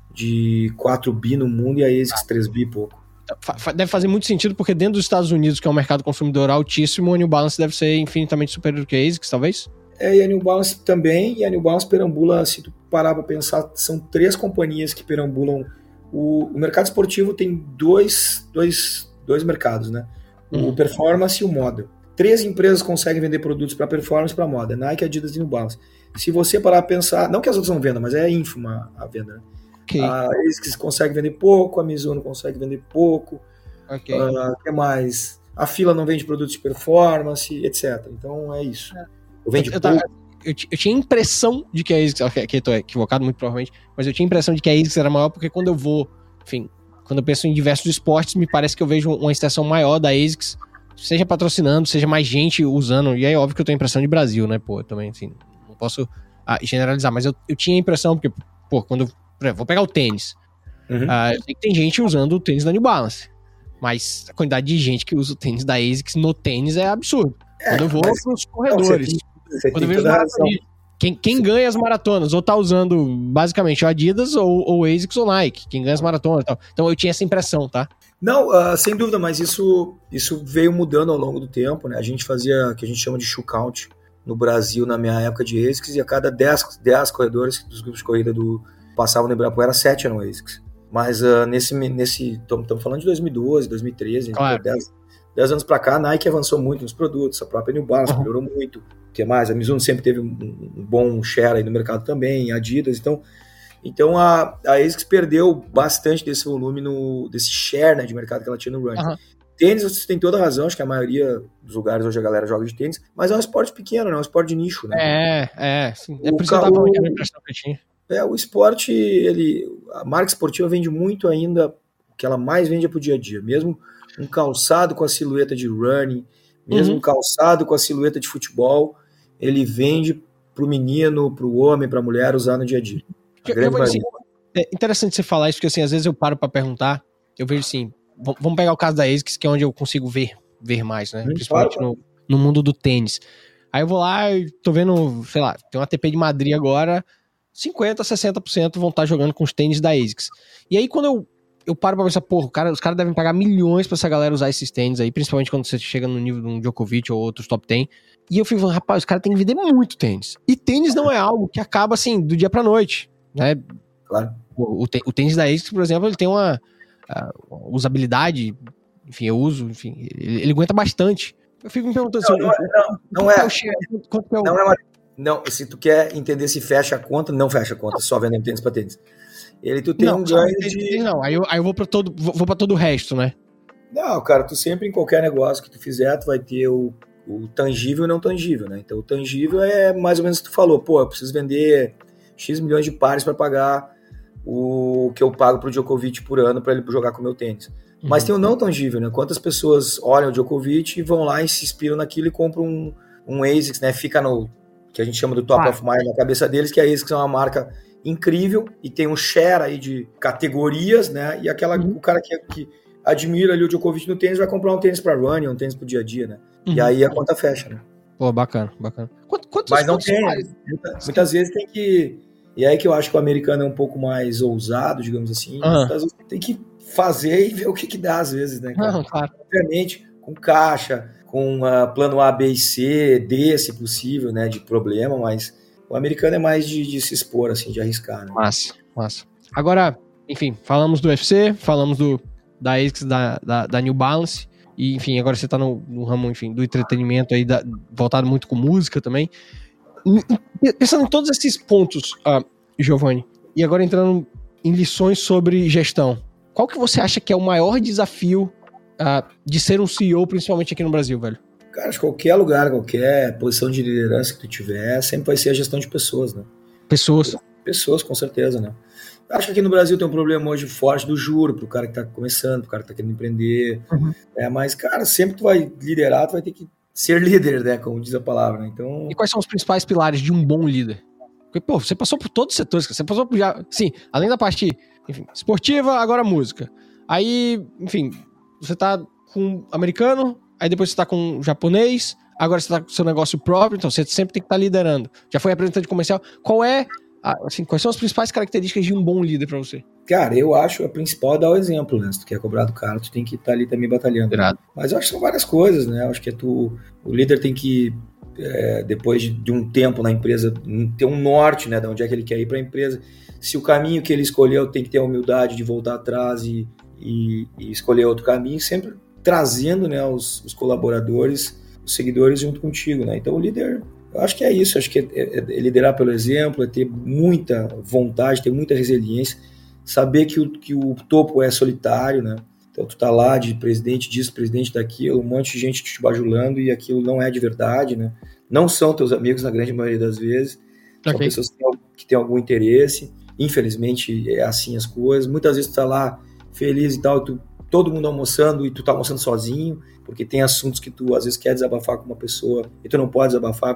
C: de 4 bi no mundo e a ASICS 3 bi e pouco.
B: Deve fazer muito sentido, porque dentro dos Estados Unidos, que é um mercado consumidor altíssimo, a New Balance deve ser infinitamente superior que a ASICS, talvez?
C: E a New Balance também, e a New Balance perambula, se tu parar para pensar, são 3 companhias que perambulam. O mercado esportivo tem dois mercados, né? O performance e o moda. 3 empresas conseguem vender produtos para performance e para moda, Nike, Adidas e New Balance. Se você parar para pensar, não que as outras não vendam, mas é ínfima a venda, né? A ASICS consegue vender pouco, a Mizuno consegue vender pouco, o que mais? A Fila não vende produtos de performance, etc. Então é isso.
B: Eu tinha a impressão de que a ASICS, que eu tô equivocado muito provavelmente, mas eu tinha a impressão de que a ASICS era maior, porque quando eu penso em diversos esportes, me parece que eu vejo uma extensão maior da ASICS, seja patrocinando, seja mais gente usando, e aí óbvio que eu tenho a impressão de Brasil, né, pô, também, assim, não posso generalizar, mas eu tinha a impressão, porque, pô, quando vou pegar o tênis. Eu sei que tem gente usando o tênis da New Balance. Mas a quantidade de gente que usa o tênis da ASICS no tênis é absurdo. Quando eu vou pros corredores. Quando eu vejo quem ganha as maratonas, ou tá usando basicamente o Adidas, ou ASICS ou Nike. Quem ganha as maratonas e tal. Então eu tinha essa impressão, tá?
C: Não, sem dúvida, mas isso veio mudando ao longo do tempo, né? A gente fazia o que a gente chama de shoe count no Brasil, na minha época de ASICS, e a cada 10 corredores dos grupos de corrida passavam no Ibirapuera, 7 eram ASICS. Mas estamos falando de 2012, 2013,
B: claro.
C: 10 anos para cá, a Nike avançou muito nos produtos, a própria New Balance melhorou muito. O que mais? A Mizuno sempre teve um bom share aí no mercado também, a Adidas, então a ASICS perdeu bastante desse volume, desse share, né, de mercado que ela tinha no running. Tênis, você tem toda a razão, acho que a maioria dos lugares hoje a galera joga de tênis, mas é um esporte pequeno, né? É um esporte de nicho, né?
B: Sim. É por isso que eu tava falando que a impressão que eu tinha.
C: O esporte, a marca esportiva vende muito ainda, o que ela mais vende é pro dia a dia. Mesmo um calçado com a silhueta de running, mesmo um calçado com a silhueta de futebol, ele vende pro menino, pro homem, pra mulher usar no dia a dia.
B: É interessante você falar isso, porque assim, às vezes eu paro pra perguntar, eu vejo assim, vamos pegar o caso da ASICS, que é onde eu consigo ver mais, né? Principalmente no mundo do tênis. Aí eu vou lá e tô vendo, sei lá, tem uma ATP de Madrid agora, 50%, 60% vão estar jogando com os tênis da ASICS. E aí quando eu paro pra pensar, os caras devem pagar milhões pra essa galera usar esses tênis aí, principalmente quando você chega no nível de um Djokovic ou outros top 10. E eu fico falando, rapaz, os caras têm que vender muito tênis. E tênis não é algo que acaba assim, do dia pra noite, né?
C: Claro.
B: O tênis da ASICS, por exemplo, ele tem uma usabilidade, enfim, eu uso, enfim, ele aguenta bastante. Eu fico me perguntando
C: Não, se tu quer entender se fecha a conta, não fecha a conta, só vendendo tênis pra tênis. Tu tem um ganho de...
B: Não, aí eu vou pra todo o resto, né?
C: Não, cara, tu sempre, em qualquer negócio que tu fizer, tu vai ter o tangível e não tangível, né? Então o tangível é mais ou menos o que tu falou, eu preciso vender X milhões de pares para pagar o que eu pago pro Djokovic por ano para ele jogar com o meu tênis. Mas tem o não tangível, né? Quantas pessoas olham o Djokovic e vão lá e se inspiram naquilo e compram um ASICS, né? Fica no que a gente chama do top of mind na cabeça deles, que a ASICS é uma marca incrível e tem um share aí de categorias, né? E o cara que admira ali o Djokovic no tênis vai comprar um tênis para running, um tênis pro dia a dia, né? E aí a conta fecha, né?
B: Pô, bacana.
C: Mas não tem, muitas vezes tem que... E aí que eu acho que o americano é um pouco mais ousado, digamos assim. Muitas vezes tem que fazer e ver o que dá às vezes, né?
B: Claro.
C: Obviamente, com caixa, com plano A, B e C, D, se possível, né? De problema, mas o americano é mais de se expor, assim, de arriscar, né?
B: Massa. Agora, enfim, falamos do UFC, falamos da ASICS, da New Balance, e enfim, agora você tá no ramo, enfim, do entretenimento aí, voltado muito com música também. Pensando em todos esses pontos, Giovanni, e agora entrando em lições sobre gestão, qual que você acha que é o maior desafio de ser um CEO, principalmente aqui no Brasil, velho?
C: Cara, de qualquer lugar, qualquer posição de liderança que tu tiver, sempre vai ser a gestão de pessoas, né? Pessoas, com certeza, né? Acho que aqui no Brasil tem um problema hoje forte do juro, pro cara que tá começando, pro cara que tá querendo empreender. Mas, cara, sempre tu vai liderar, tu vai ter que ser líder, né? Como diz a palavra, né? Então...
B: E quais são os principais pilares de um bom líder? Porque, você passou por todos os setores, você passou por sim, além da parte, enfim, esportiva, agora música. Aí, enfim, você tá com americano, aí depois você tá com japonês, agora você tá com seu negócio próprio, então você sempre tem que estar liderando. Já foi representante comercial. Quais são as principais características de um bom líder pra você?
C: Cara, eu acho a principal é dar o exemplo, né? Se tu quer cobrar do cara, tu tem que estar ali também batalhando. Mas eu acho que são várias coisas, né? Eu acho que o líder tem que, depois de um tempo na empresa, ter um norte, né? De onde é que ele quer ir pra empresa. Se o caminho que ele escolheu, tem que ter a humildade de voltar atrás e escolher outro caminho, sempre trazendo, né, os colaboradores, os seguidores junto contigo, né? Então o líder... Eu acho que é isso, acho que é liderar pelo exemplo, é ter muita vontade, ter muita resiliência, saber que o topo é solitário, né? Então tu tá lá de presidente disso, presidente daquilo, um monte de gente te bajulando e aquilo não é de verdade, né? Não são teus amigos na grande maioria das vezes, são pessoas que têm algum interesse, infelizmente é assim as coisas, muitas vezes tu tá lá feliz e tal, todo mundo almoçando e tu tá almoçando sozinho, porque tem assuntos que tu às vezes quer desabafar com uma pessoa e tu não pode desabafar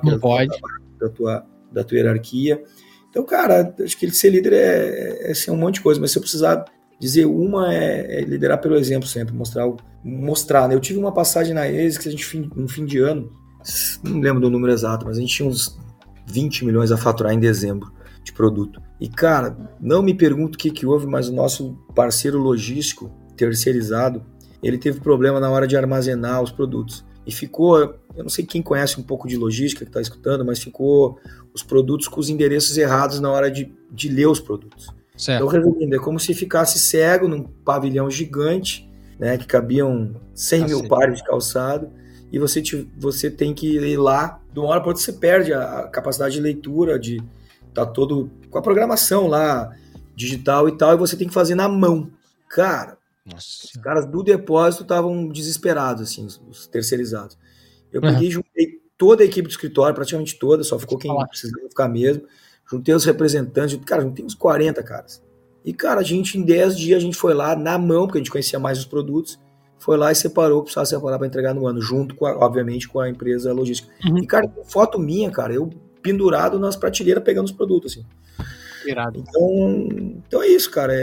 C: da tua hierarquia. Então, cara, acho que ser líder é ser um monte de coisa, mas se eu precisar dizer uma, é liderar pelo exemplo sempre, mostrar, né? Eu tive uma passagem na ASICS que a gente, no fim de ano, não lembro do número exato, mas a gente tinha uns 20 milhões a faturar em dezembro de produto. E, cara, não me pergunto o que houve, mas o nosso parceiro logístico terceirizado ele teve problema na hora de armazenar os produtos. E ficou, eu não sei quem conhece um pouco de logística que está escutando, mas ficou os produtos com os endereços errados na hora de ler os produtos.
B: Certo.
C: Então, resumindo, é como se ficasse cego num pavilhão gigante, né, que cabiam 100 mil pares de calçado, e você tem que ir lá, de uma hora para outra você perde a capacidade de leitura, de tá todo com a programação lá, digital e tal, e você tem que fazer na mão. Cara, os caras do depósito estavam desesperados, assim, os terceirizados. Eu peguei e juntei toda a equipe do escritório, praticamente toda, só ficou quem precisava ficar mesmo. Juntei os representantes, cara, juntei uns 40 caras. E, cara, a gente, em 10 dias, a gente foi lá na mão, porque a gente conhecia mais os produtos, foi lá e separou, precisava separar para entregar no ano, junto, obviamente, com a empresa logística. E, cara, foto minha, cara, eu pendurado nas prateleiras pegando os produtos, assim.
B: Irado.
C: Então é isso, cara,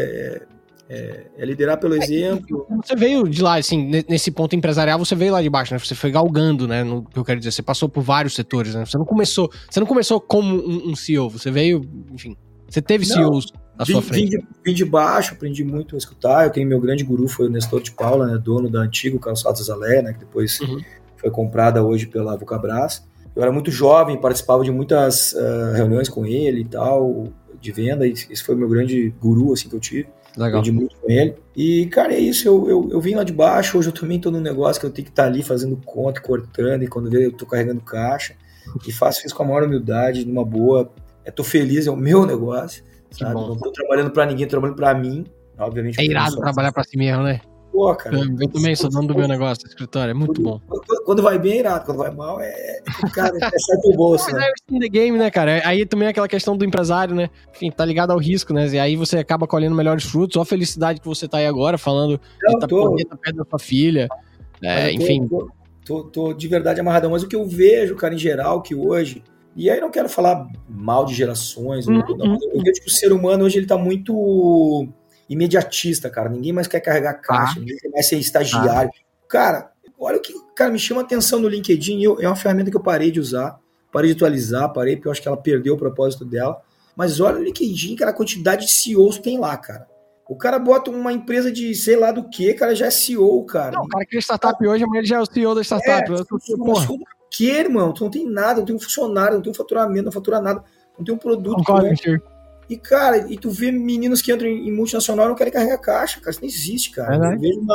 C: é liderar pelo exemplo.
B: Você veio de lá, assim, nesse ponto empresarial, você veio lá de baixo, né? Você foi galgando, né? No que eu quero dizer, você passou por vários setores, né? Você não começou como um CEO, você veio, enfim, você teve CEOs à sua frente.
C: Vim de baixo, aprendi muito a escutar. Eu tenho meu grande guru, foi o Nestor de Paula, né? Dono da antiga Calçados Azalea, né? Que depois foi comprada hoje pela Vulcabras. Eu era muito jovem, participava de muitas reuniões com ele e tal, de venda. Esse foi o meu grande guru, assim, que eu tive.
B: Legal.
C: Aprendi muito com ele. E, cara, é isso. Eu vim lá de baixo. Hoje eu também tô num negócio que eu tenho que estar ali fazendo conta, cortando. E quando vê, eu tô carregando caixa. E faço isso com a maior humildade, numa boa. Tô feliz, é o meu negócio. Sabe? Não tô trabalhando pra ninguém, tô trabalhando pra mim. Obviamente.
B: É irado trabalhar pra si mesmo, né?
C: Pô, cara.
B: Eu também sou dono do meu negócio, escritório. É muito bom.
C: Quando vai bem é irado. Quando vai mal cara, é certo o bolso,
B: né? É the game, né, cara? Aí também é aquela questão do empresário, né? Enfim, tá ligado ao risco, né? E aí você acaba colhendo melhores frutos. Olha a felicidade que você tá aí agora, falando que tá perto da sua filha. Enfim.
C: Tô de verdade amarradão. Mas o que eu vejo, cara, em geral, que hoje... E aí não quero falar mal de gerações. Eu vejo que o ser humano hoje ele tá muito imediatista, cara. Ninguém mais quer carregar caixa, ninguém quer mais ser estagiário. Cara, olha o que me chama atenção no LinkedIn. É uma ferramenta que eu parei de usar, parei de atualizar, porque eu acho que ela perdeu o propósito dela. Mas olha o LinkedIn, cara, a quantidade de CEOs que tem lá, cara. O cara bota uma empresa de sei lá do que, cara, já é CEO, cara.
B: Não, o cara cria startup hoje, amanhã ele já é o CEO da startup.
C: O que, irmão? Tu não tem nada, não tem um funcionário, não tem um faturamento, não fatura nada, não tem um produto. E, cara, tu vê meninos que entram em multinacional e não querem carregar caixa, cara, isso não existe, cara.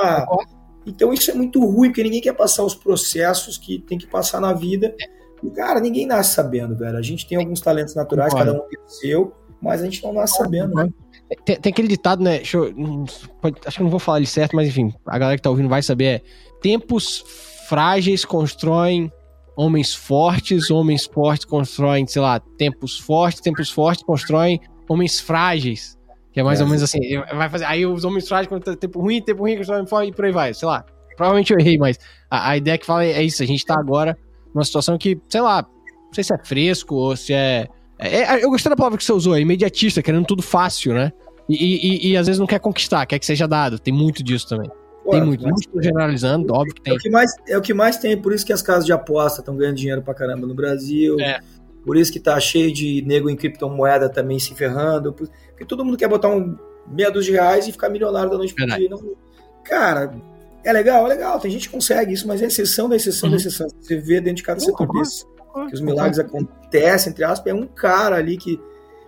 C: Então isso é muito ruim, porque ninguém quer passar os processos que tem que passar na vida. E, cara, ninguém nasce sabendo, velho. A gente tem alguns talentos naturais, cada um tem o seu, mas a gente não nasce sabendo, né?
B: Tem aquele ditado, né? Acho que eu não vou falar ele certo, mas enfim, a galera que tá ouvindo vai saber. Tempos frágeis constroem homens fortes constroem, sei lá, tempos fortes constroem homens frágeis. Que é mais ou menos assim. Vai fazer, aí os homens frágeis, quando tá tempo ruim constroem forte e por aí vai. Sei lá. Provavelmente eu errei, mas a ideia que fala é isso. A gente tá agora numa situação que, sei lá, não sei se é fresco ou se eu gostei da palavra que você usou, é imediatista, querendo tudo fácil, né? E às vezes não quer conquistar, quer que seja dado. Tem muito disso também. Tem muito. Não estou generalizando, óbvio que tem.
C: É o que mais tem, por isso que as casas de aposta estão ganhando dinheiro pra caramba no Brasil. Por isso que tá cheio de nego em criptomoeda também se ferrando. Porque todo mundo quer botar meia dúzia de reais e ficar milionário da noite pro dia. Não, cara, é legal. Tem gente que consegue isso, mas é exceção da exceção da exceção. Você vê dentro de cada setor desse. Que os milagres acontecem, entre aspas, é um cara ali que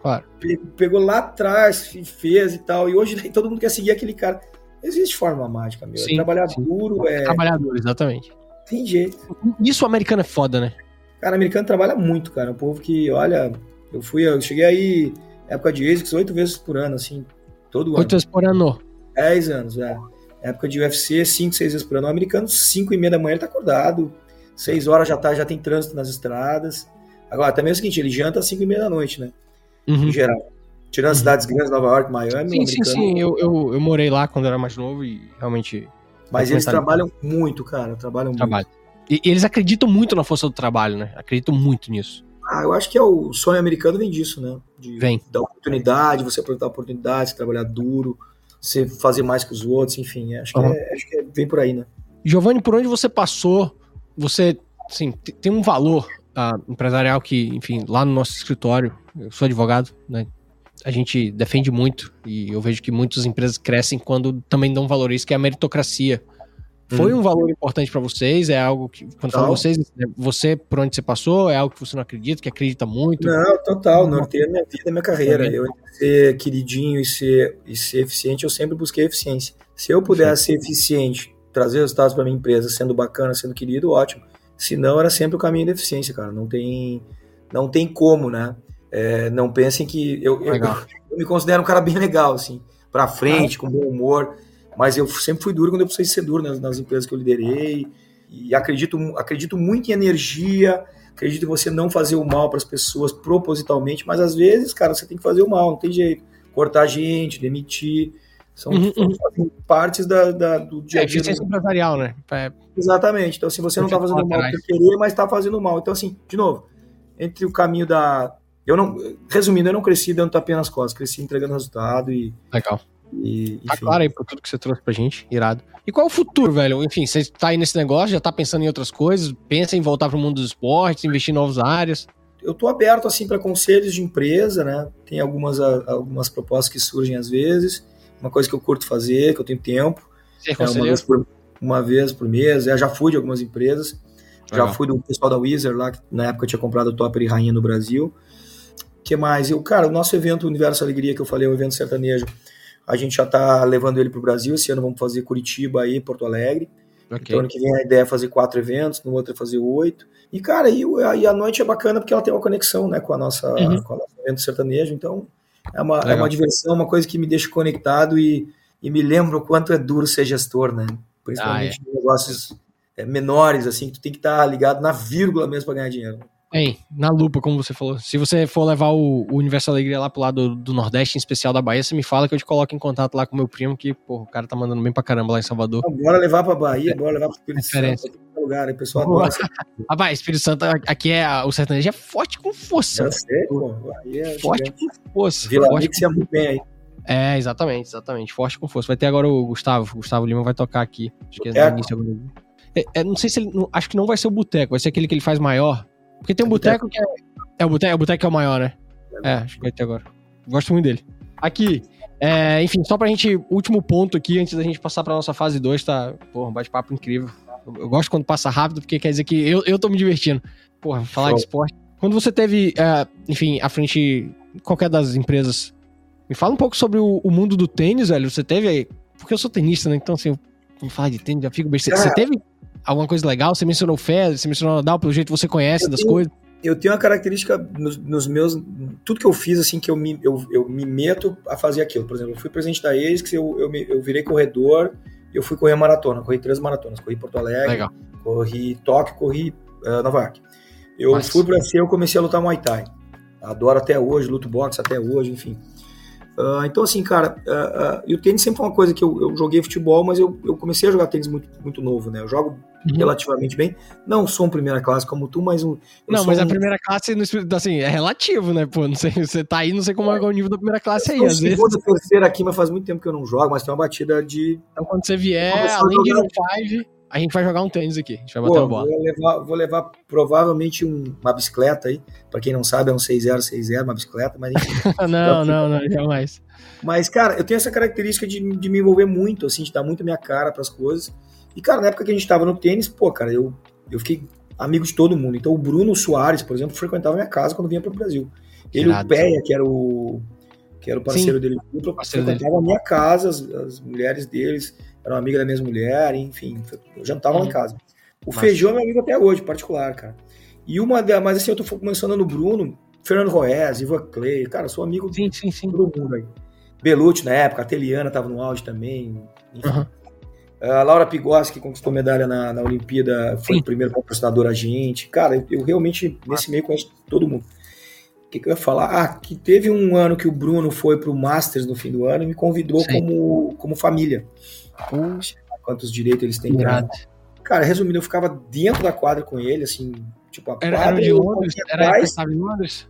C: pegou lá atrás, fez e tal, e hoje todo mundo quer seguir aquele cara. Não existe forma mágica, meu.
B: Sim,
C: trabalhar duro,
B: trabalhador, exatamente.
C: Tem jeito.
B: Isso o americano é foda, né?
C: Cara, o americano trabalha muito, cara. É um povo que, olha, eu cheguei aí, época de ASICS, 8 vezes por ano, assim, todo ano.
B: 8 vezes por ano?
C: 10 anos, Época de UFC, 5, 6 vezes por ano. O americano, 5:30 da manhã, ele tá acordado. 6 horas já tem trânsito nas estradas. Agora, também é o seguinte, ele janta às 5:30 da noite, né? Em geral. Tirando as cidades grandes, Nova York, Miami.
B: Sim. Eu morei lá quando eu era mais novo e realmente...
C: Mas eles trabalham muito, cara. Muito.
B: E eles acreditam muito na força do trabalho, né? Acreditam muito nisso.
C: Eu acho que o sonho americano vem disso, né? Da oportunidade, você aproveitar a oportunidade, você trabalhar duro, você fazer mais que os outros, enfim. Acho que vem por aí, né?
B: Giovanni, por onde você passou, você, assim, tem um valor empresarial que, enfim, lá no nosso escritório, eu sou advogado, né? A gente defende muito e eu vejo que muitas empresas crescem quando também dão valor a isso, que é a meritocracia. Foi um valor importante pra vocês? É algo que, quando falo vocês, você, por onde você passou, é algo que você não acredita, que acredita muito?
C: Não, total, norteia a minha vida, a minha carreira. Eu, entre ser queridinho e ser eficiente, eu sempre busquei eficiência. Se eu pudesse ser eficiente, trazer resultados para minha empresa, sendo bacana, sendo querido, ótimo. Se não, era sempre o caminho da eficiência, cara. Não tem como, né? Não pensem que... Eu me considero um cara bem legal, assim, pra frente, com bom humor, mas eu sempre fui duro quando eu precisei ser duro nas empresas que eu liderei, e acredito muito em energia, acredito em você não fazer o mal para as pessoas propositalmente, mas às vezes, cara, você tem que fazer o mal, não tem jeito. Cortar gente, demitir, são partes do dia a dia.
B: Eficiência empresarial, né?
C: Exatamente. Então, se você não está fazendo o mal que querer, mas está fazendo mal. Então, assim, de novo, entre o caminho resumindo, eu não cresci dando tapinha nas costas, cresci entregando resultado e...
B: Legal. Tá claro aí por tudo que você trouxe pra gente, irado. E qual é o futuro, velho? Enfim, você tá aí nesse negócio, já tá pensando em outras coisas, pensa em voltar pro mundo dos esportes, investir em novas áreas?
C: Eu tô aberto, assim, para conselhos de empresa, né? Tem algumas propostas que surgem às vezes, uma coisa que eu curto fazer, que eu tenho tempo.
B: Ser conselheiro?
C: Uma vez por mês, já fui de algumas empresas, já fui do pessoal da Wizard lá, que na época eu tinha comprado o Topper e Rainha no Brasil. O que mais? O nosso evento Universo Alegria, que eu falei, o evento sertanejo, a gente já tá levando ele pro Brasil, esse ano vamos fazer Curitiba e Porto Alegre. Então ano que vem a ideia é fazer 4 eventos, no outro é fazer 8. E, cara, e a noite é bacana porque ela tem uma conexão, né, com a nossa evento sertanejo, então é uma diversão, uma coisa que me deixa conectado e me lembra o quanto é duro ser gestor, né? Principalmente em negócios menores, assim, que tu tem que estar ligado na vírgula mesmo para ganhar dinheiro.
B: Na lupa, como você falou. Se você for levar o Universo Alegria lá pro lado do Nordeste, em especial da Bahia, você me fala que eu te coloco em contato lá com meu primo, que, pô, o cara tá mandando bem pra caramba lá em Salvador.
C: Bora levar pra Bahia, bora levar pro Espírito Santo, pra lugar, aí o pessoal adora.
B: Rapaz, Espírito Santo, aqui o sertanejo é forte com força.
C: Eu sei, pô. Bahia é
B: forte com força.
C: Vila Mix é muito bem aí.
B: Exatamente. Forte com força. Vai ter agora o Gustavo Lima vai tocar aqui. Acho que é no início agora. Não sei se ele... Acho que não vai ser o Boteco, vai ser aquele que ele faz maior. Porque tem um boteco que o Boteco que é o maior, né? Acho que vai ter agora. Gosto muito dele. Aqui, enfim, só pra gente... Último ponto aqui, antes da gente passar pra nossa fase 2, tá? Porra, um bate-papo incrível. Eu gosto quando passa rápido, porque quer dizer que eu tô me divertindo. Porra, falar de esporte. Quando você teve, enfim, à frente de qualquer das empresas, me fala um pouco sobre o mundo do tênis, velho. Você teve... Porque eu sou tenista, né? Então, assim, quando falar de tênis, já fico bem... Você teve... alguma coisa legal? Você mencionou o Fed, você mencionou o Nadal, pelo jeito você conhece das coisas.
C: Eu tenho uma característica nos meus... Tudo que eu fiz, assim, que eu me meto a fazer aquilo. Por exemplo, eu fui presidente da ASICS, eu virei corredor, eu fui correr maratona, corri 3 maratonas, corri Porto Alegre, legal. Corri Tóquio, corri Nova York. Fui pra ser, eu comecei a lutar Muay Thai. Adoro até hoje, luto boxe até hoje, enfim. Então, assim, cara, e o tênis sempre foi uma coisa que eu joguei futebol, mas eu comecei a jogar tênis muito, muito novo, né? Eu jogo relativamente bem. Não sou um primeira classe como tu, mas...
B: a primeira classe, assim, é relativo, né? Pô, não sei, você tá aí, não sei como é o nível da primeira classe aí. Às vezes...
C: terceira aqui, mas faz muito tempo que eu não jogo, mas tem uma batida de...
B: Então, quando você vier, além de no 5, a gente vai jogar um tênis aqui. A gente vai bater uma bola.
C: Vou levar provavelmente uma bicicleta aí. Pra quem não sabe, é um 6-0, uma bicicleta, mas enfim.
B: não, jamais.
C: Mas, cara, eu tenho essa característica de me envolver muito, assim, de dar muito a minha cara pras coisas. E, cara, na época que a gente tava no tênis, pô, cara, eu fiquei amigo de todo mundo. Então, o Bruno Soares, por exemplo, frequentava a minha casa quando vinha pro Brasil. Ele, o Peia, que era o parceiro dele, frequentava a minha casa, as mulheres deles eram amigas da mesma mulher, enfim, eu jantava lá em casa. O Feijão é meu amigo até hoje, particular, cara. E mas assim, eu tô mencionando o Bruno, Fernando Roez, Ivan Clay, cara, eu sou amigo de todo mundo aí. Belucci na época, a Teliana tava no auge também, enfim. A Laura Pigossi, que conquistou medalha na Olimpíada, foi o primeiro patrocinador a gente. Cara, eu realmente, nesse meio, conheço todo mundo. O que eu ia falar? Que teve um ano que o Bruno foi pro Masters no fim do ano e me convidou como família. Quantos direitos eles têm. Cara, resumindo, eu ficava dentro da quadra com ele, assim, tipo, a quadra...
B: Era de Londres? Estava em Londres?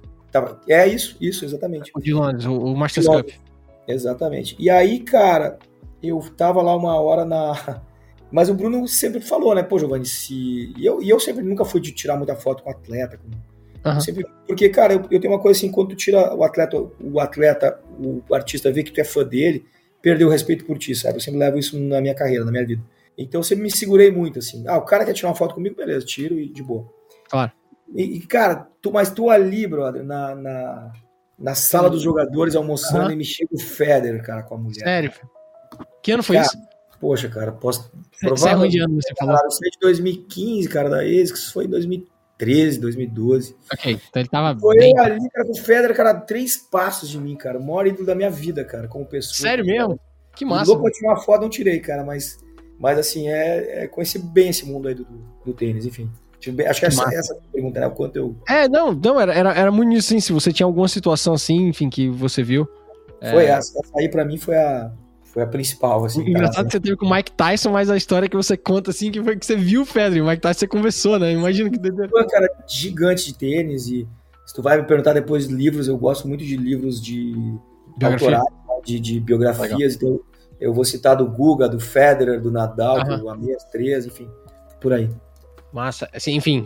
C: Isso, exatamente.
B: O de Londres, o Masters Cup.
C: Exatamente. E aí, cara, eu tava lá uma hora Mas o Bruno sempre falou, né, pô, Giovanni, E eu sempre nunca fui de tirar muita foto com atleta, sempre... Porque, cara, eu tenho uma coisa assim, quando tu tira o artista vê que tu é fã dele, perdeu o respeito por ti, sabe? Eu sempre levo isso na minha carreira, na minha vida. Então eu sempre me segurei muito, assim. O cara quer tirar uma foto comigo, beleza, tiro e de boa.
B: Claro.
C: E cara, mas tu ali, brother, na sala dos jogadores almoçando, e me chega o Federer, cara, com a mulher.
B: Sério? Que ano foi
C: cara,
B: isso?
C: Poxa, cara, posso...
B: Você é ruim de ano, você falou.
C: Eu sei de 2015, cara, da ex, que isso foi em 2013, 2012.
B: Ok, então ele tava
C: foi
B: bem...
C: eu ali, cara, com o Federer, cara, 3 passos de mim, cara. O maior ídolo da minha vida, cara, como pessoa.
B: Sério mesmo?
C: Cara.
B: Que massa.
C: Louco pra tirar uma foto, não tirei, cara, mas assim, conheci bem esse mundo aí do tênis, enfim. Acho que essa pergunta, né? O quanto eu...
B: Não, era muito isso, assim, se você tinha alguma situação assim, enfim, que você viu.
C: Foi essa aí pra mim foi a principal, assim.
B: Engraçado que você teve com o Mike Tyson, mas a história que você conta, assim, que foi que você viu o Federer, o Mike Tyson você conversou, né? Imagina que...
C: Foi, cara, gigante de tênis, e se tu vai me perguntar depois de livros, eu gosto muito de livros de
B: biografia,
C: de biografias. Legal. Então eu vou citar do Guga, do Federer, do Nadal, do Amias 3, enfim, por aí.
B: Massa. Assim, enfim,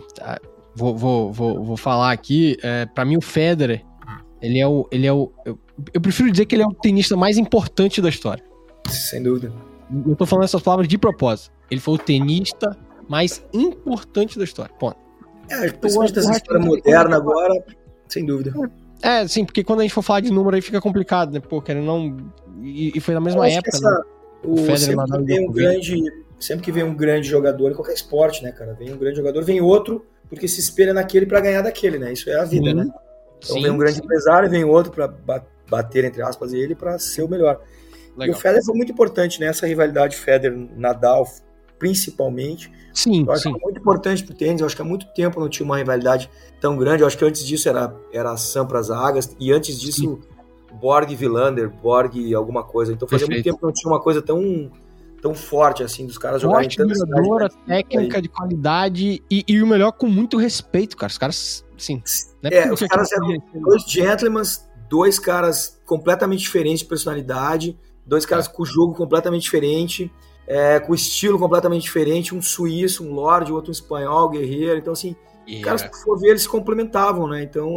B: vou falar aqui, pra mim o Federer, ele é o eu prefiro dizer que ele é o tenista mais importante da história.
C: Sem dúvida.
B: Eu tô falando essas palavras de propósito. Ele foi o tenista mais importante da história. Ponto.
C: Principalmente dessa história moderna agora, sem dúvida.
B: Sim, porque quando a gente for falar de número aí fica complicado, né? Pô, querendo não... E foi na mesma época, né?
C: O Federer, sempre que vem um grande jogador em qualquer esporte, né, cara? Vem um grande jogador, vem outro, porque se espelha naquele pra ganhar daquele, né? Isso é a vida, né? Então vem um grande empresário, vem outro pra bater, entre aspas, ele pra ser o melhor. Legal. E o Federer foi muito importante, né? Essa rivalidade Federer-Nadal, principalmente.
B: Sim,
C: eu acho que é muito importante pro tênis. Eu acho que há muito tempo não tinha uma rivalidade tão grande. Eu acho que antes disso era Sampras Agassi, e antes disso Borg e Wilander, Borg alguma coisa. Então fazia muito tempo que não tinha uma coisa tão forte assim, dos caras jogarem tanto.
B: Jogadora, técnica de qualidade e o melhor, com muito respeito, cara. Os caras, sim.
C: Os caras eram 2 gentlemen, 2 caras completamente diferentes de personalidade, 2 caras com jogo completamente diferente, com estilo completamente diferente, um suíço, um lorde, outro um espanhol, guerreiro. Então, assim, os caras, por for ver, eles se complementavam, né? Então,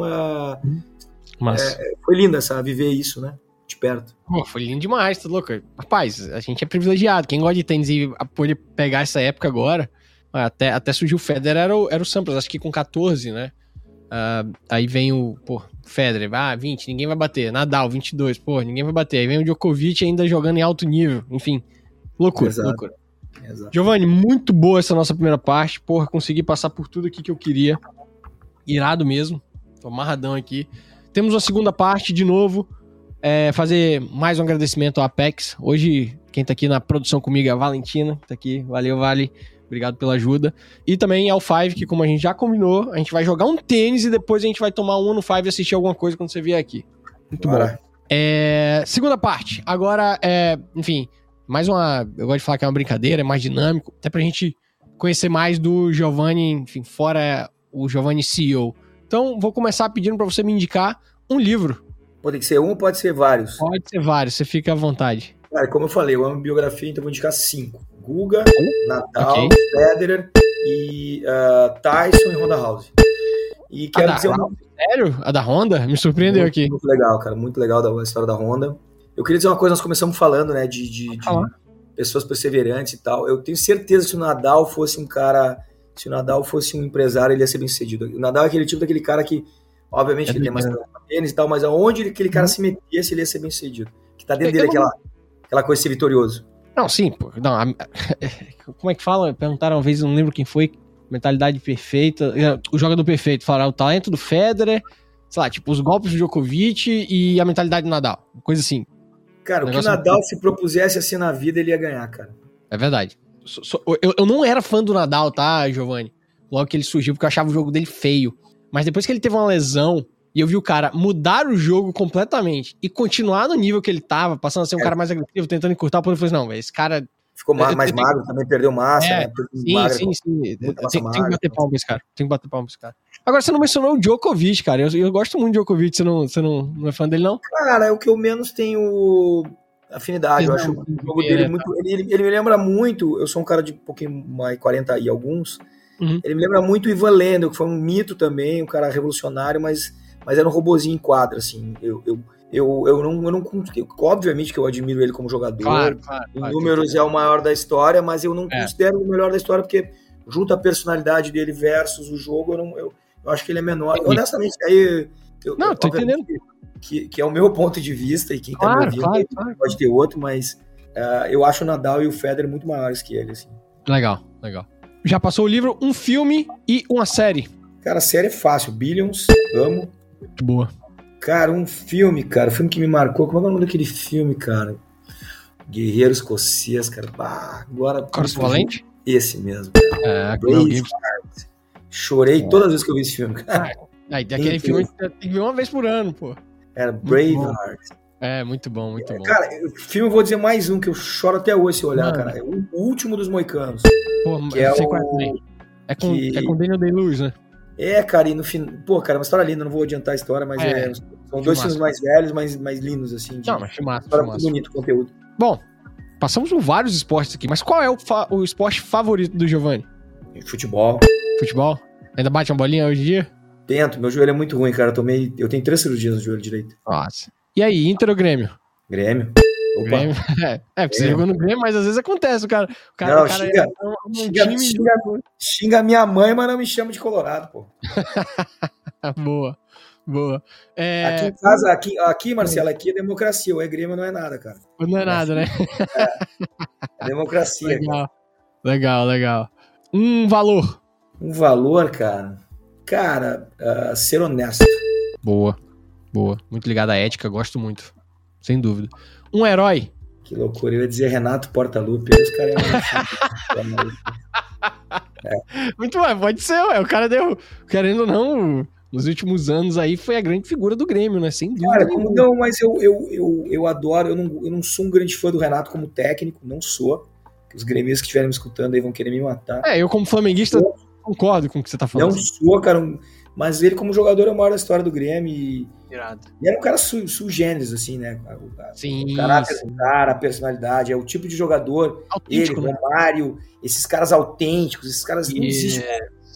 C: foi lindo viver isso, né? De perto.
B: Pô, foi lindo demais, tá louco? Rapaz, a gente é privilegiado. Quem gosta de tênis e poder pegar essa época agora, até surgiu o Federer, era o Sampras, acho que com 14, né? Aí vem o Federer, 20, ninguém vai bater. Nadal, 22, ninguém vai bater. Aí vem o Djokovic ainda jogando em alto nível. Enfim, loucura, loucura. Exato. Giovanni, muito boa essa nossa primeira parte. Consegui passar por tudo aqui que eu queria. Irado mesmo. Tô amarradão aqui. Temos uma segunda parte, de novo. Fazer mais um agradecimento ao Apex. Hoje, quem tá aqui na produção comigo é a Valentina, que tá aqui. Valeu, Vale. Obrigado pela ajuda. E também ao Five, que como a gente já combinou, a gente vai jogar um tênis e depois a gente vai tomar um no Five e assistir alguma coisa quando você vier aqui. Muito bom. Segunda parte. Agora, enfim, mais uma... Eu gosto de falar que é uma brincadeira, é mais dinâmico, até pra gente conhecer mais do Giovanni, enfim, fora o Giovanni CEO. Então, vou começar pedindo pra você me indicar um livro.
C: Pode ser um ou pode ser vários?
B: Pode ser vários, você fica à vontade.
C: Cara, como eu falei, eu amo biografia, então vou indicar 5. Guga, Nadal, Federer e Tyson e Ronda House. E quero dizer
B: Sério? A da Honda? Me surpreendeu aqui.
C: Muito legal, cara. Muito legal a história da Honda. Eu queria dizer uma coisa, nós começamos falando, né, de pessoas perseverantes e tal. Eu tenho certeza que se o Nadal fosse um cara, se o Nadal fosse um empresário, ele ia ser bem sucedido. O Nadal é aquele tipo daquele cara que, obviamente, ele tem mais tênis e tal, mas aonde aquele cara se metesse, ele ia ser bem sucedido. Que tá dentro dele aquela coisa de ser vitorioso.
B: Não, sim, como é que fala? Perguntaram uma vez, não lembro quem foi, mentalidade perfeita, o jogador perfeito, falaram o talento do Federer, sei lá, tipo, os golpes do Djokovic e a mentalidade do Nadal, coisa assim.
C: Cara, o que o Nadal se propusesse assim na vida, ele ia ganhar, cara.
B: É verdade. Eu não era fã do Nadal, tá, Giovanni? Logo que ele surgiu, porque eu achava o jogo dele feio. Mas depois que ele teve uma lesão, e eu vi o cara mudar o jogo completamente e continuar no nível que ele tava, passando a ser um cara mais agressivo, tentando encurtar o poder, eu falei, não, esse cara...
C: Ficou mais magro, também perdeu massa, né?
B: Sim. Tem que bater palma pra esse cara. Tem que bater palma pra esse cara. Agora, você não mencionou o Djokovic, cara. Eu gosto muito de Djokovic, você não é fã dele, não?
C: Cara, é o que eu menos tenho afinidade. Eu acho o jogo dele muito... Ele me lembra muito... Eu sou um cara de um pouquinho mais 40 e alguns. Ele me lembra muito o Ivan Lendl, que foi um mito também, um cara revolucionário, mas mas era um robozinho em quadra, assim. Eu não obviamente que eu admiro ele como jogador.
B: Claro,
C: em números é o maior da história, mas eu não considero o melhor da história, porque junto a personalidade dele versus o jogo, eu acho que ele é menor. Honestamente, aí...
B: Tô entendendo.
C: Que é o meu ponto de vista, e quem tá me ouvindo pode ter outro, mas eu acho o Nadal e o Federer muito maiores que ele, assim.
B: Legal. Já passou o livro, um filme e uma série?
C: Cara, a série é fácil. Billions, amo.
B: Muito boa.
C: Cara, um filme que me marcou. Como é o nome daquele filme, cara? Guerreiro Escocês, cara. Agora...
B: Coração Valente?
C: Esse mesmo.
B: Braveheart.
C: Chorei todas as vezes que eu vi esse filme, cara.
B: Aquele filme tem que ver uma vez por ano, pô.
C: Era Braveheart.
B: Muito bom.
C: Cara, o filme eu vou dizer mais um que eu choro até hoje se olhar, cara. É o último dos Moicanos.
B: Pô,
C: que é
B: com Daniel Day-Lewis, né?
C: Cara, e no fim... Pô, cara, uma história linda, não vou adiantar a história, mas são dois filmes mais velhos, mais lindos, assim.
B: Mas filmaço.
C: Bonito o conteúdo.
B: Bom, passamos por vários esportes aqui, mas qual é o esporte favorito do Giovanni?
C: Futebol.
B: Futebol? Ainda bate uma bolinha hoje em dia?
C: Tento, meu joelho é muito ruim, cara. Eu tenho 3 cirurgias no joelho direito.
B: Nossa. E aí, Inter ou Grêmio?
C: Grêmio. Opa.
B: Grêmio. Porque você jogou no Grêmio, mas às vezes acontece, o cara
C: xinga minha mãe, mas não me chama de Colorado, pô.
B: Boa.
C: Aqui em casa, aqui, Marcelo, aqui é democracia. Ou é Grêmio, não é nada, cara.
B: Não é nada, né?
C: É democracia.
B: Legal. Um valor.
C: Um valor, cara. Cara, ser honesto.
B: Boa. Muito ligado à ética, gosto muito. Sem dúvida. Um herói.
C: Que loucura, eu ia dizer Renato Portaluppi. Os caras
B: Muito bom, pode ser, o cara deu, querendo ou não, nos últimos anos aí foi a grande figura do Grêmio, né? Sem dúvida.
C: Cara, não, mas eu adoro, eu não sou um grande fã do Renato como técnico, não sou. Os gremistas que estiverem me escutando aí vão querer me matar.
B: Eu como flamenguista concordo com o que você tá falando.
C: Não sou, cara, mas ele como jogador é o maior da história do Grêmio e era um cara sui generis, assim, né? O caráter do cara, a personalidade, é o tipo de jogador, autêntico, ele, Romário, esses caras autênticos, esses caras não existem.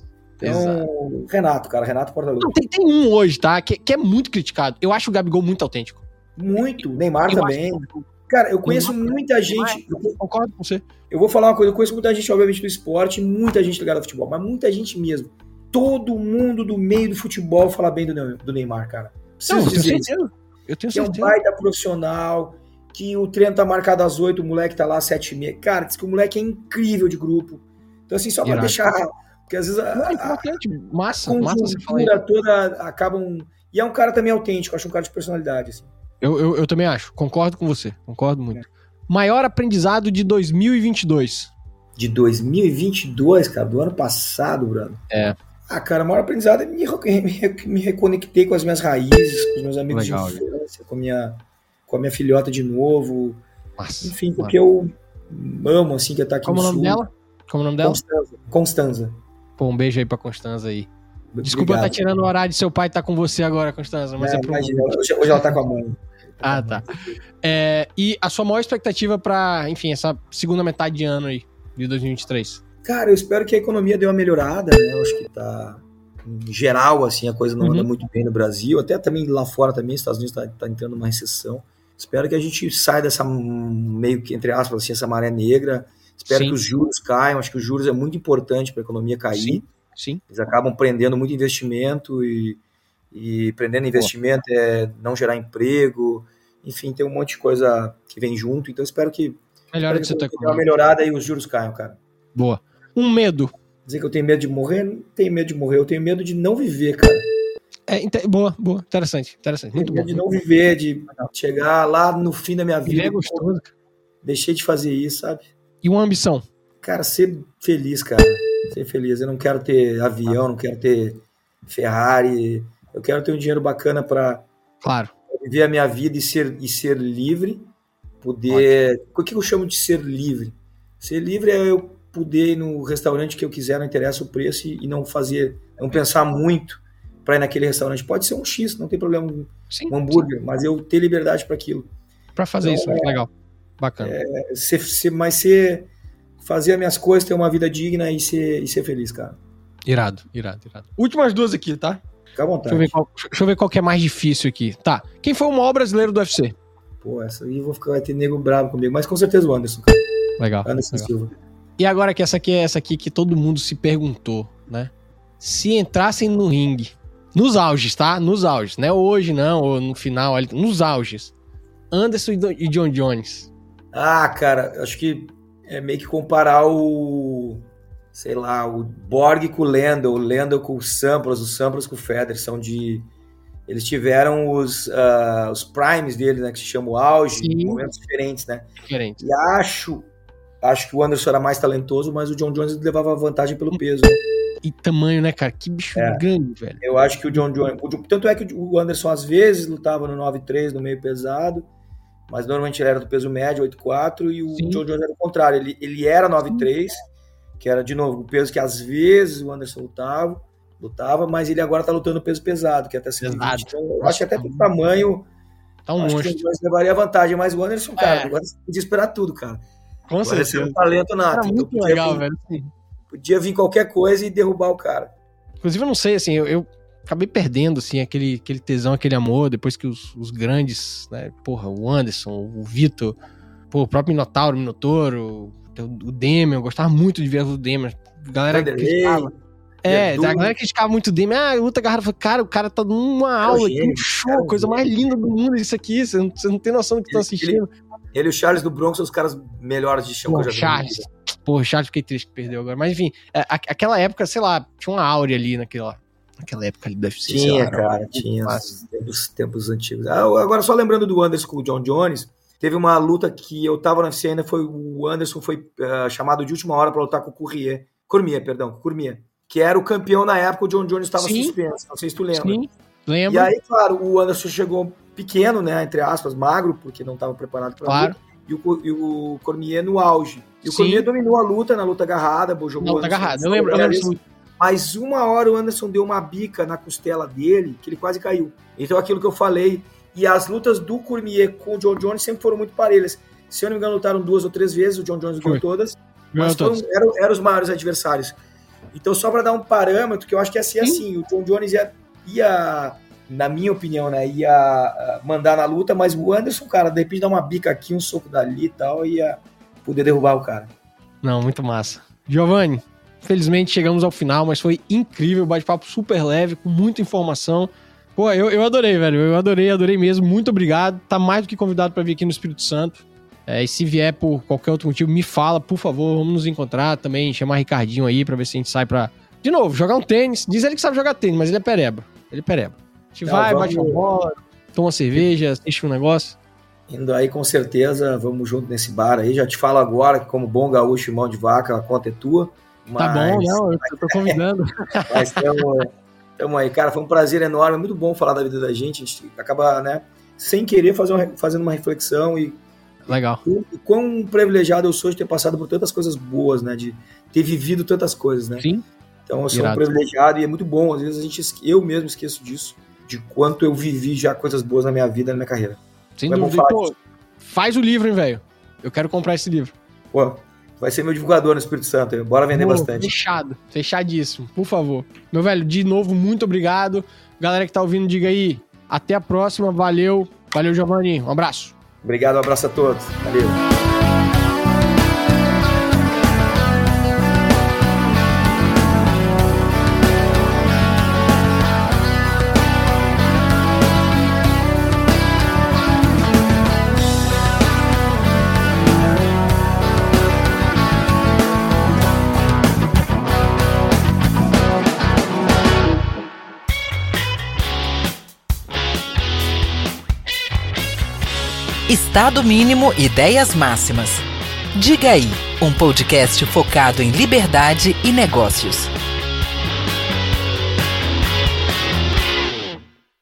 C: Então, Renato Portaluppi.
B: Tem um hoje, tá? Que é muito criticado. Eu acho o Gabigol muito autêntico.
C: Muito. Neymar também. Cara, eu conheço muita gente...
B: Eu concordo com você.
C: Eu vou falar uma coisa, eu conheço muita gente, obviamente, do esporte, muita gente ligada ao futebol, mas muita gente mesmo. Todo mundo do meio do futebol fala bem do Neymar, cara.
B: Eu tenho certeza.
C: Que é um baita profissional, que o treino tá marcado às 8, o moleque tá lá às 7h30. Cara, diz que o moleque é incrível de grupo. Então, assim, só pra deixar... Porque às vezes a conjuntura toda acabam... E é um cara também autêntico, acho um cara de personalidade, assim.
B: Eu também acho, concordo com você, concordo muito. Maior aprendizado de 2022?
C: De 2022, cara, do ano passado, Bruno. Cara, o maior aprendizado é me reconectei com as minhas raízes, com os meus amigos de infância, com a minha filhota de novo.
B: Nossa,
C: enfim, porque eu amo, assim, que tá aqui
B: Como
C: no
B: o nome
C: sul.
B: dela? Como o nome dela?
C: Constanza.
B: Pô, um beijo aí pra Constanza aí. Desculpa
C: Obrigado.
B: Tá tirando o horário de seu pai estar com você agora, Constanza, mas
C: imagina, hoje ela tá com a mãe.
B: Tá. E a sua maior expectativa pra, enfim, essa segunda metade de ano aí, de 2023?
C: Cara, eu espero que a economia dê uma melhorada, né? Eu acho que tá, em geral, assim, a coisa não anda muito bem no Brasil, até também lá fora também, os Estados Unidos tá entrando numa recessão. Espero que a gente saia dessa, meio que, entre aspas, assim, essa maré negra. Espero que os juros caiam, acho que os juros é muito importante para a economia cair.
B: Sim.
C: Eles acabam prendendo muito investimento e prendendo investimento é não gerar emprego, enfim, tem um monte de coisa que vem junto, então espero que dê uma melhorada e os juros caiam, cara.
B: Boa. Um medo.
C: Dizer que eu tenho medo de morrer? Não tenho medo de morrer, eu tenho medo de não viver, cara.
B: Boa. Interessante. Muito bom.
C: De não viver, de chegar lá no fim da minha vida.
B: É gostoso.
C: Deixei de fazer isso, sabe?
B: E uma ambição?
C: Cara, ser feliz, cara. Ser feliz. Eu não quero ter avião, não quero ter Ferrari. Eu quero ter um dinheiro bacana para viver a minha vida e ser livre. Poder... O que eu chamo de ser livre? Ser livre é eu poder ir no restaurante que eu quiser, não interessa o preço, e não pensar muito para ir naquele restaurante. Pode ser um X, não tem problema, um hambúrguer, mas eu ter liberdade para aquilo.
B: Para fazer isso, legal. Bacana.
C: Fazer as minhas coisas, ter uma vida digna e ser feliz, cara.
B: Irado. Últimas duas aqui, tá?
C: Fica à vontade.
B: Deixa eu ver qual que é mais difícil aqui. Tá. Quem foi o maior brasileiro do UFC?
C: Pô, essa aí vai ter nego bravo comigo, mas com certeza o Anderson, cara.
B: Legal.
C: Anderson Silva.
B: E agora que essa aqui que todo mundo se perguntou, né? Se entrassem no ringue, nos auges, tá? Nos auges, não é hoje não, ou no final, nos auges. Anderson e John Jones.
C: Ah, cara, acho que é meio que comparar o Borg com o Lendl com o Sampras com o Federer, eles tiveram os primes dele, né, que se chama o auge, em momentos diferentes, né?
B: Diferente.
C: E acho que o Anderson era mais talentoso, mas o John Jones levava vantagem pelo peso, né?
B: E tamanho, né, cara? Que bicho grande, velho.
C: Eu acho que o John Jones... Tanto é que o Anderson, às vezes, lutava no 9-3, no meio pesado, mas normalmente ele era do peso médio, 8-4, e o John Jones era o contrário. Ele era 9-3, que era, de novo, o peso que às vezes o Anderson lutava, mas ele agora tá lutando peso pesado, que é até 120. Então, eu acho que até pelo tamanho,
B: tá um
C: acho
B: monstro.
C: que o Jones levaria vantagem, mas o Anderson, cara, agora você podia esperar tudo, cara.
B: Com certeza.
C: Agora é um talento nato.
B: Era muito
C: então,
B: legal, velho.
C: Podia vir qualquer coisa e derrubar o cara.
B: Inclusive, eu não sei, assim, eu acabei perdendo, assim, aquele tesão, aquele amor, depois que os grandes, né, porra, o Anderson, o Vitor, o próprio Minotauro, o Demian, eu gostava muito de ver o Demian. A galera criticava. A galera criticava muito o Demian, luta agarrada, cara, o cara tá numa aula, um show, coisa mais linda do mundo isso aqui, você não tem noção do que tá assistindo.
C: Ele e o Charles do Bronx são os caras melhores de chão que eu já vi.
B: Porra, o Charles fiquei triste que perdeu agora. Mas enfim, aquela época, sei lá, tinha uma áurea ali naquela época ali do UFC.
C: Tinha, cara, tinha os tempos antigos. Agora, só lembrando do Anderson com o John Jones, teve uma luta que eu tava no UFC ainda, o Anderson foi chamado de última hora pra lutar com o Cormier, que era o campeão na época, o John Jones estava suspenso, não sei se tu lembra. Sim, lembro. E aí, claro, o Anderson chegou pequeno, né, entre aspas, magro, porque não estava preparado pra luta, e o Cormier no auge. E o Cormier dominou a luta, na luta agarrada, jogou... Luta agarrada, eu lembro. Mas uma hora o Anderson deu uma bica na costela dele, que ele quase caiu. Então aquilo que eu falei, e as lutas do Cormier com o John Jones sempre foram muito parelhas. Se eu não me engano, lutaram 2 ou 3 vezes, o John Jones ganhou todas, mas eram os maiores adversários. Então só para dar um parâmetro, que eu acho que ia ser assim, o John Jones ia, na minha opinião, né, ia mandar na luta, mas o Anderson, cara, de repente dá uma bica aqui, um soco dali e tal, ia poder derrubar o cara.
B: Não, muito massa. Giovanni, felizmente chegamos ao final, mas foi incrível, bate-papo super leve, com muita informação. Pô, eu adorei, velho, eu adorei mesmo, muito obrigado, tá mais do que convidado para vir aqui no Espírito Santo. E se vier por qualquer outro motivo, me fala, por favor, vamos nos encontrar também, chamar Ricardinho aí pra ver se a gente sai pra, de novo, jogar um tênis. Diz ele que sabe jogar tênis, mas ele é pereba. A gente vai, bate uma bola, toma uma cerveja, assiste um negócio.
C: Indo aí com certeza, vamos junto nesse bar aí. Já te falo agora que como bom gaúcho e mão de vaca, a conta é tua. Mas...
B: Tá bom, não, eu tô convidando.
C: Mas tamo aí, cara, foi um prazer enorme, é muito bom falar da vida da gente, a gente acaba, né, sem querer fazendo uma reflexão e
B: legal.
C: E quão privilegiado eu sou de ter passado por tantas coisas boas, né? De ter vivido tantas coisas, né?
B: Sim.
C: Então eu sou um privilegiado e é muito bom. Às vezes eu mesmo esqueço disso, de quanto eu vivi já coisas boas na minha vida, na minha carreira.
B: Sem dúvida. Pô, faz o livro, hein, velho? Eu quero comprar esse livro.
C: Pô, vai ser meu divulgador no Espírito Santo. Bora vender bastante.
B: Fechadíssimo. Por favor. Meu velho, de novo, muito obrigado. Galera que tá ouvindo, diga aí. Até a próxima. Valeu, Giovanni. Um abraço.
C: Obrigado, um abraço a todos. Valeu.
A: Estado Mínimo Ideias Máximas. Diga aí, um podcast focado em liberdade e negócios.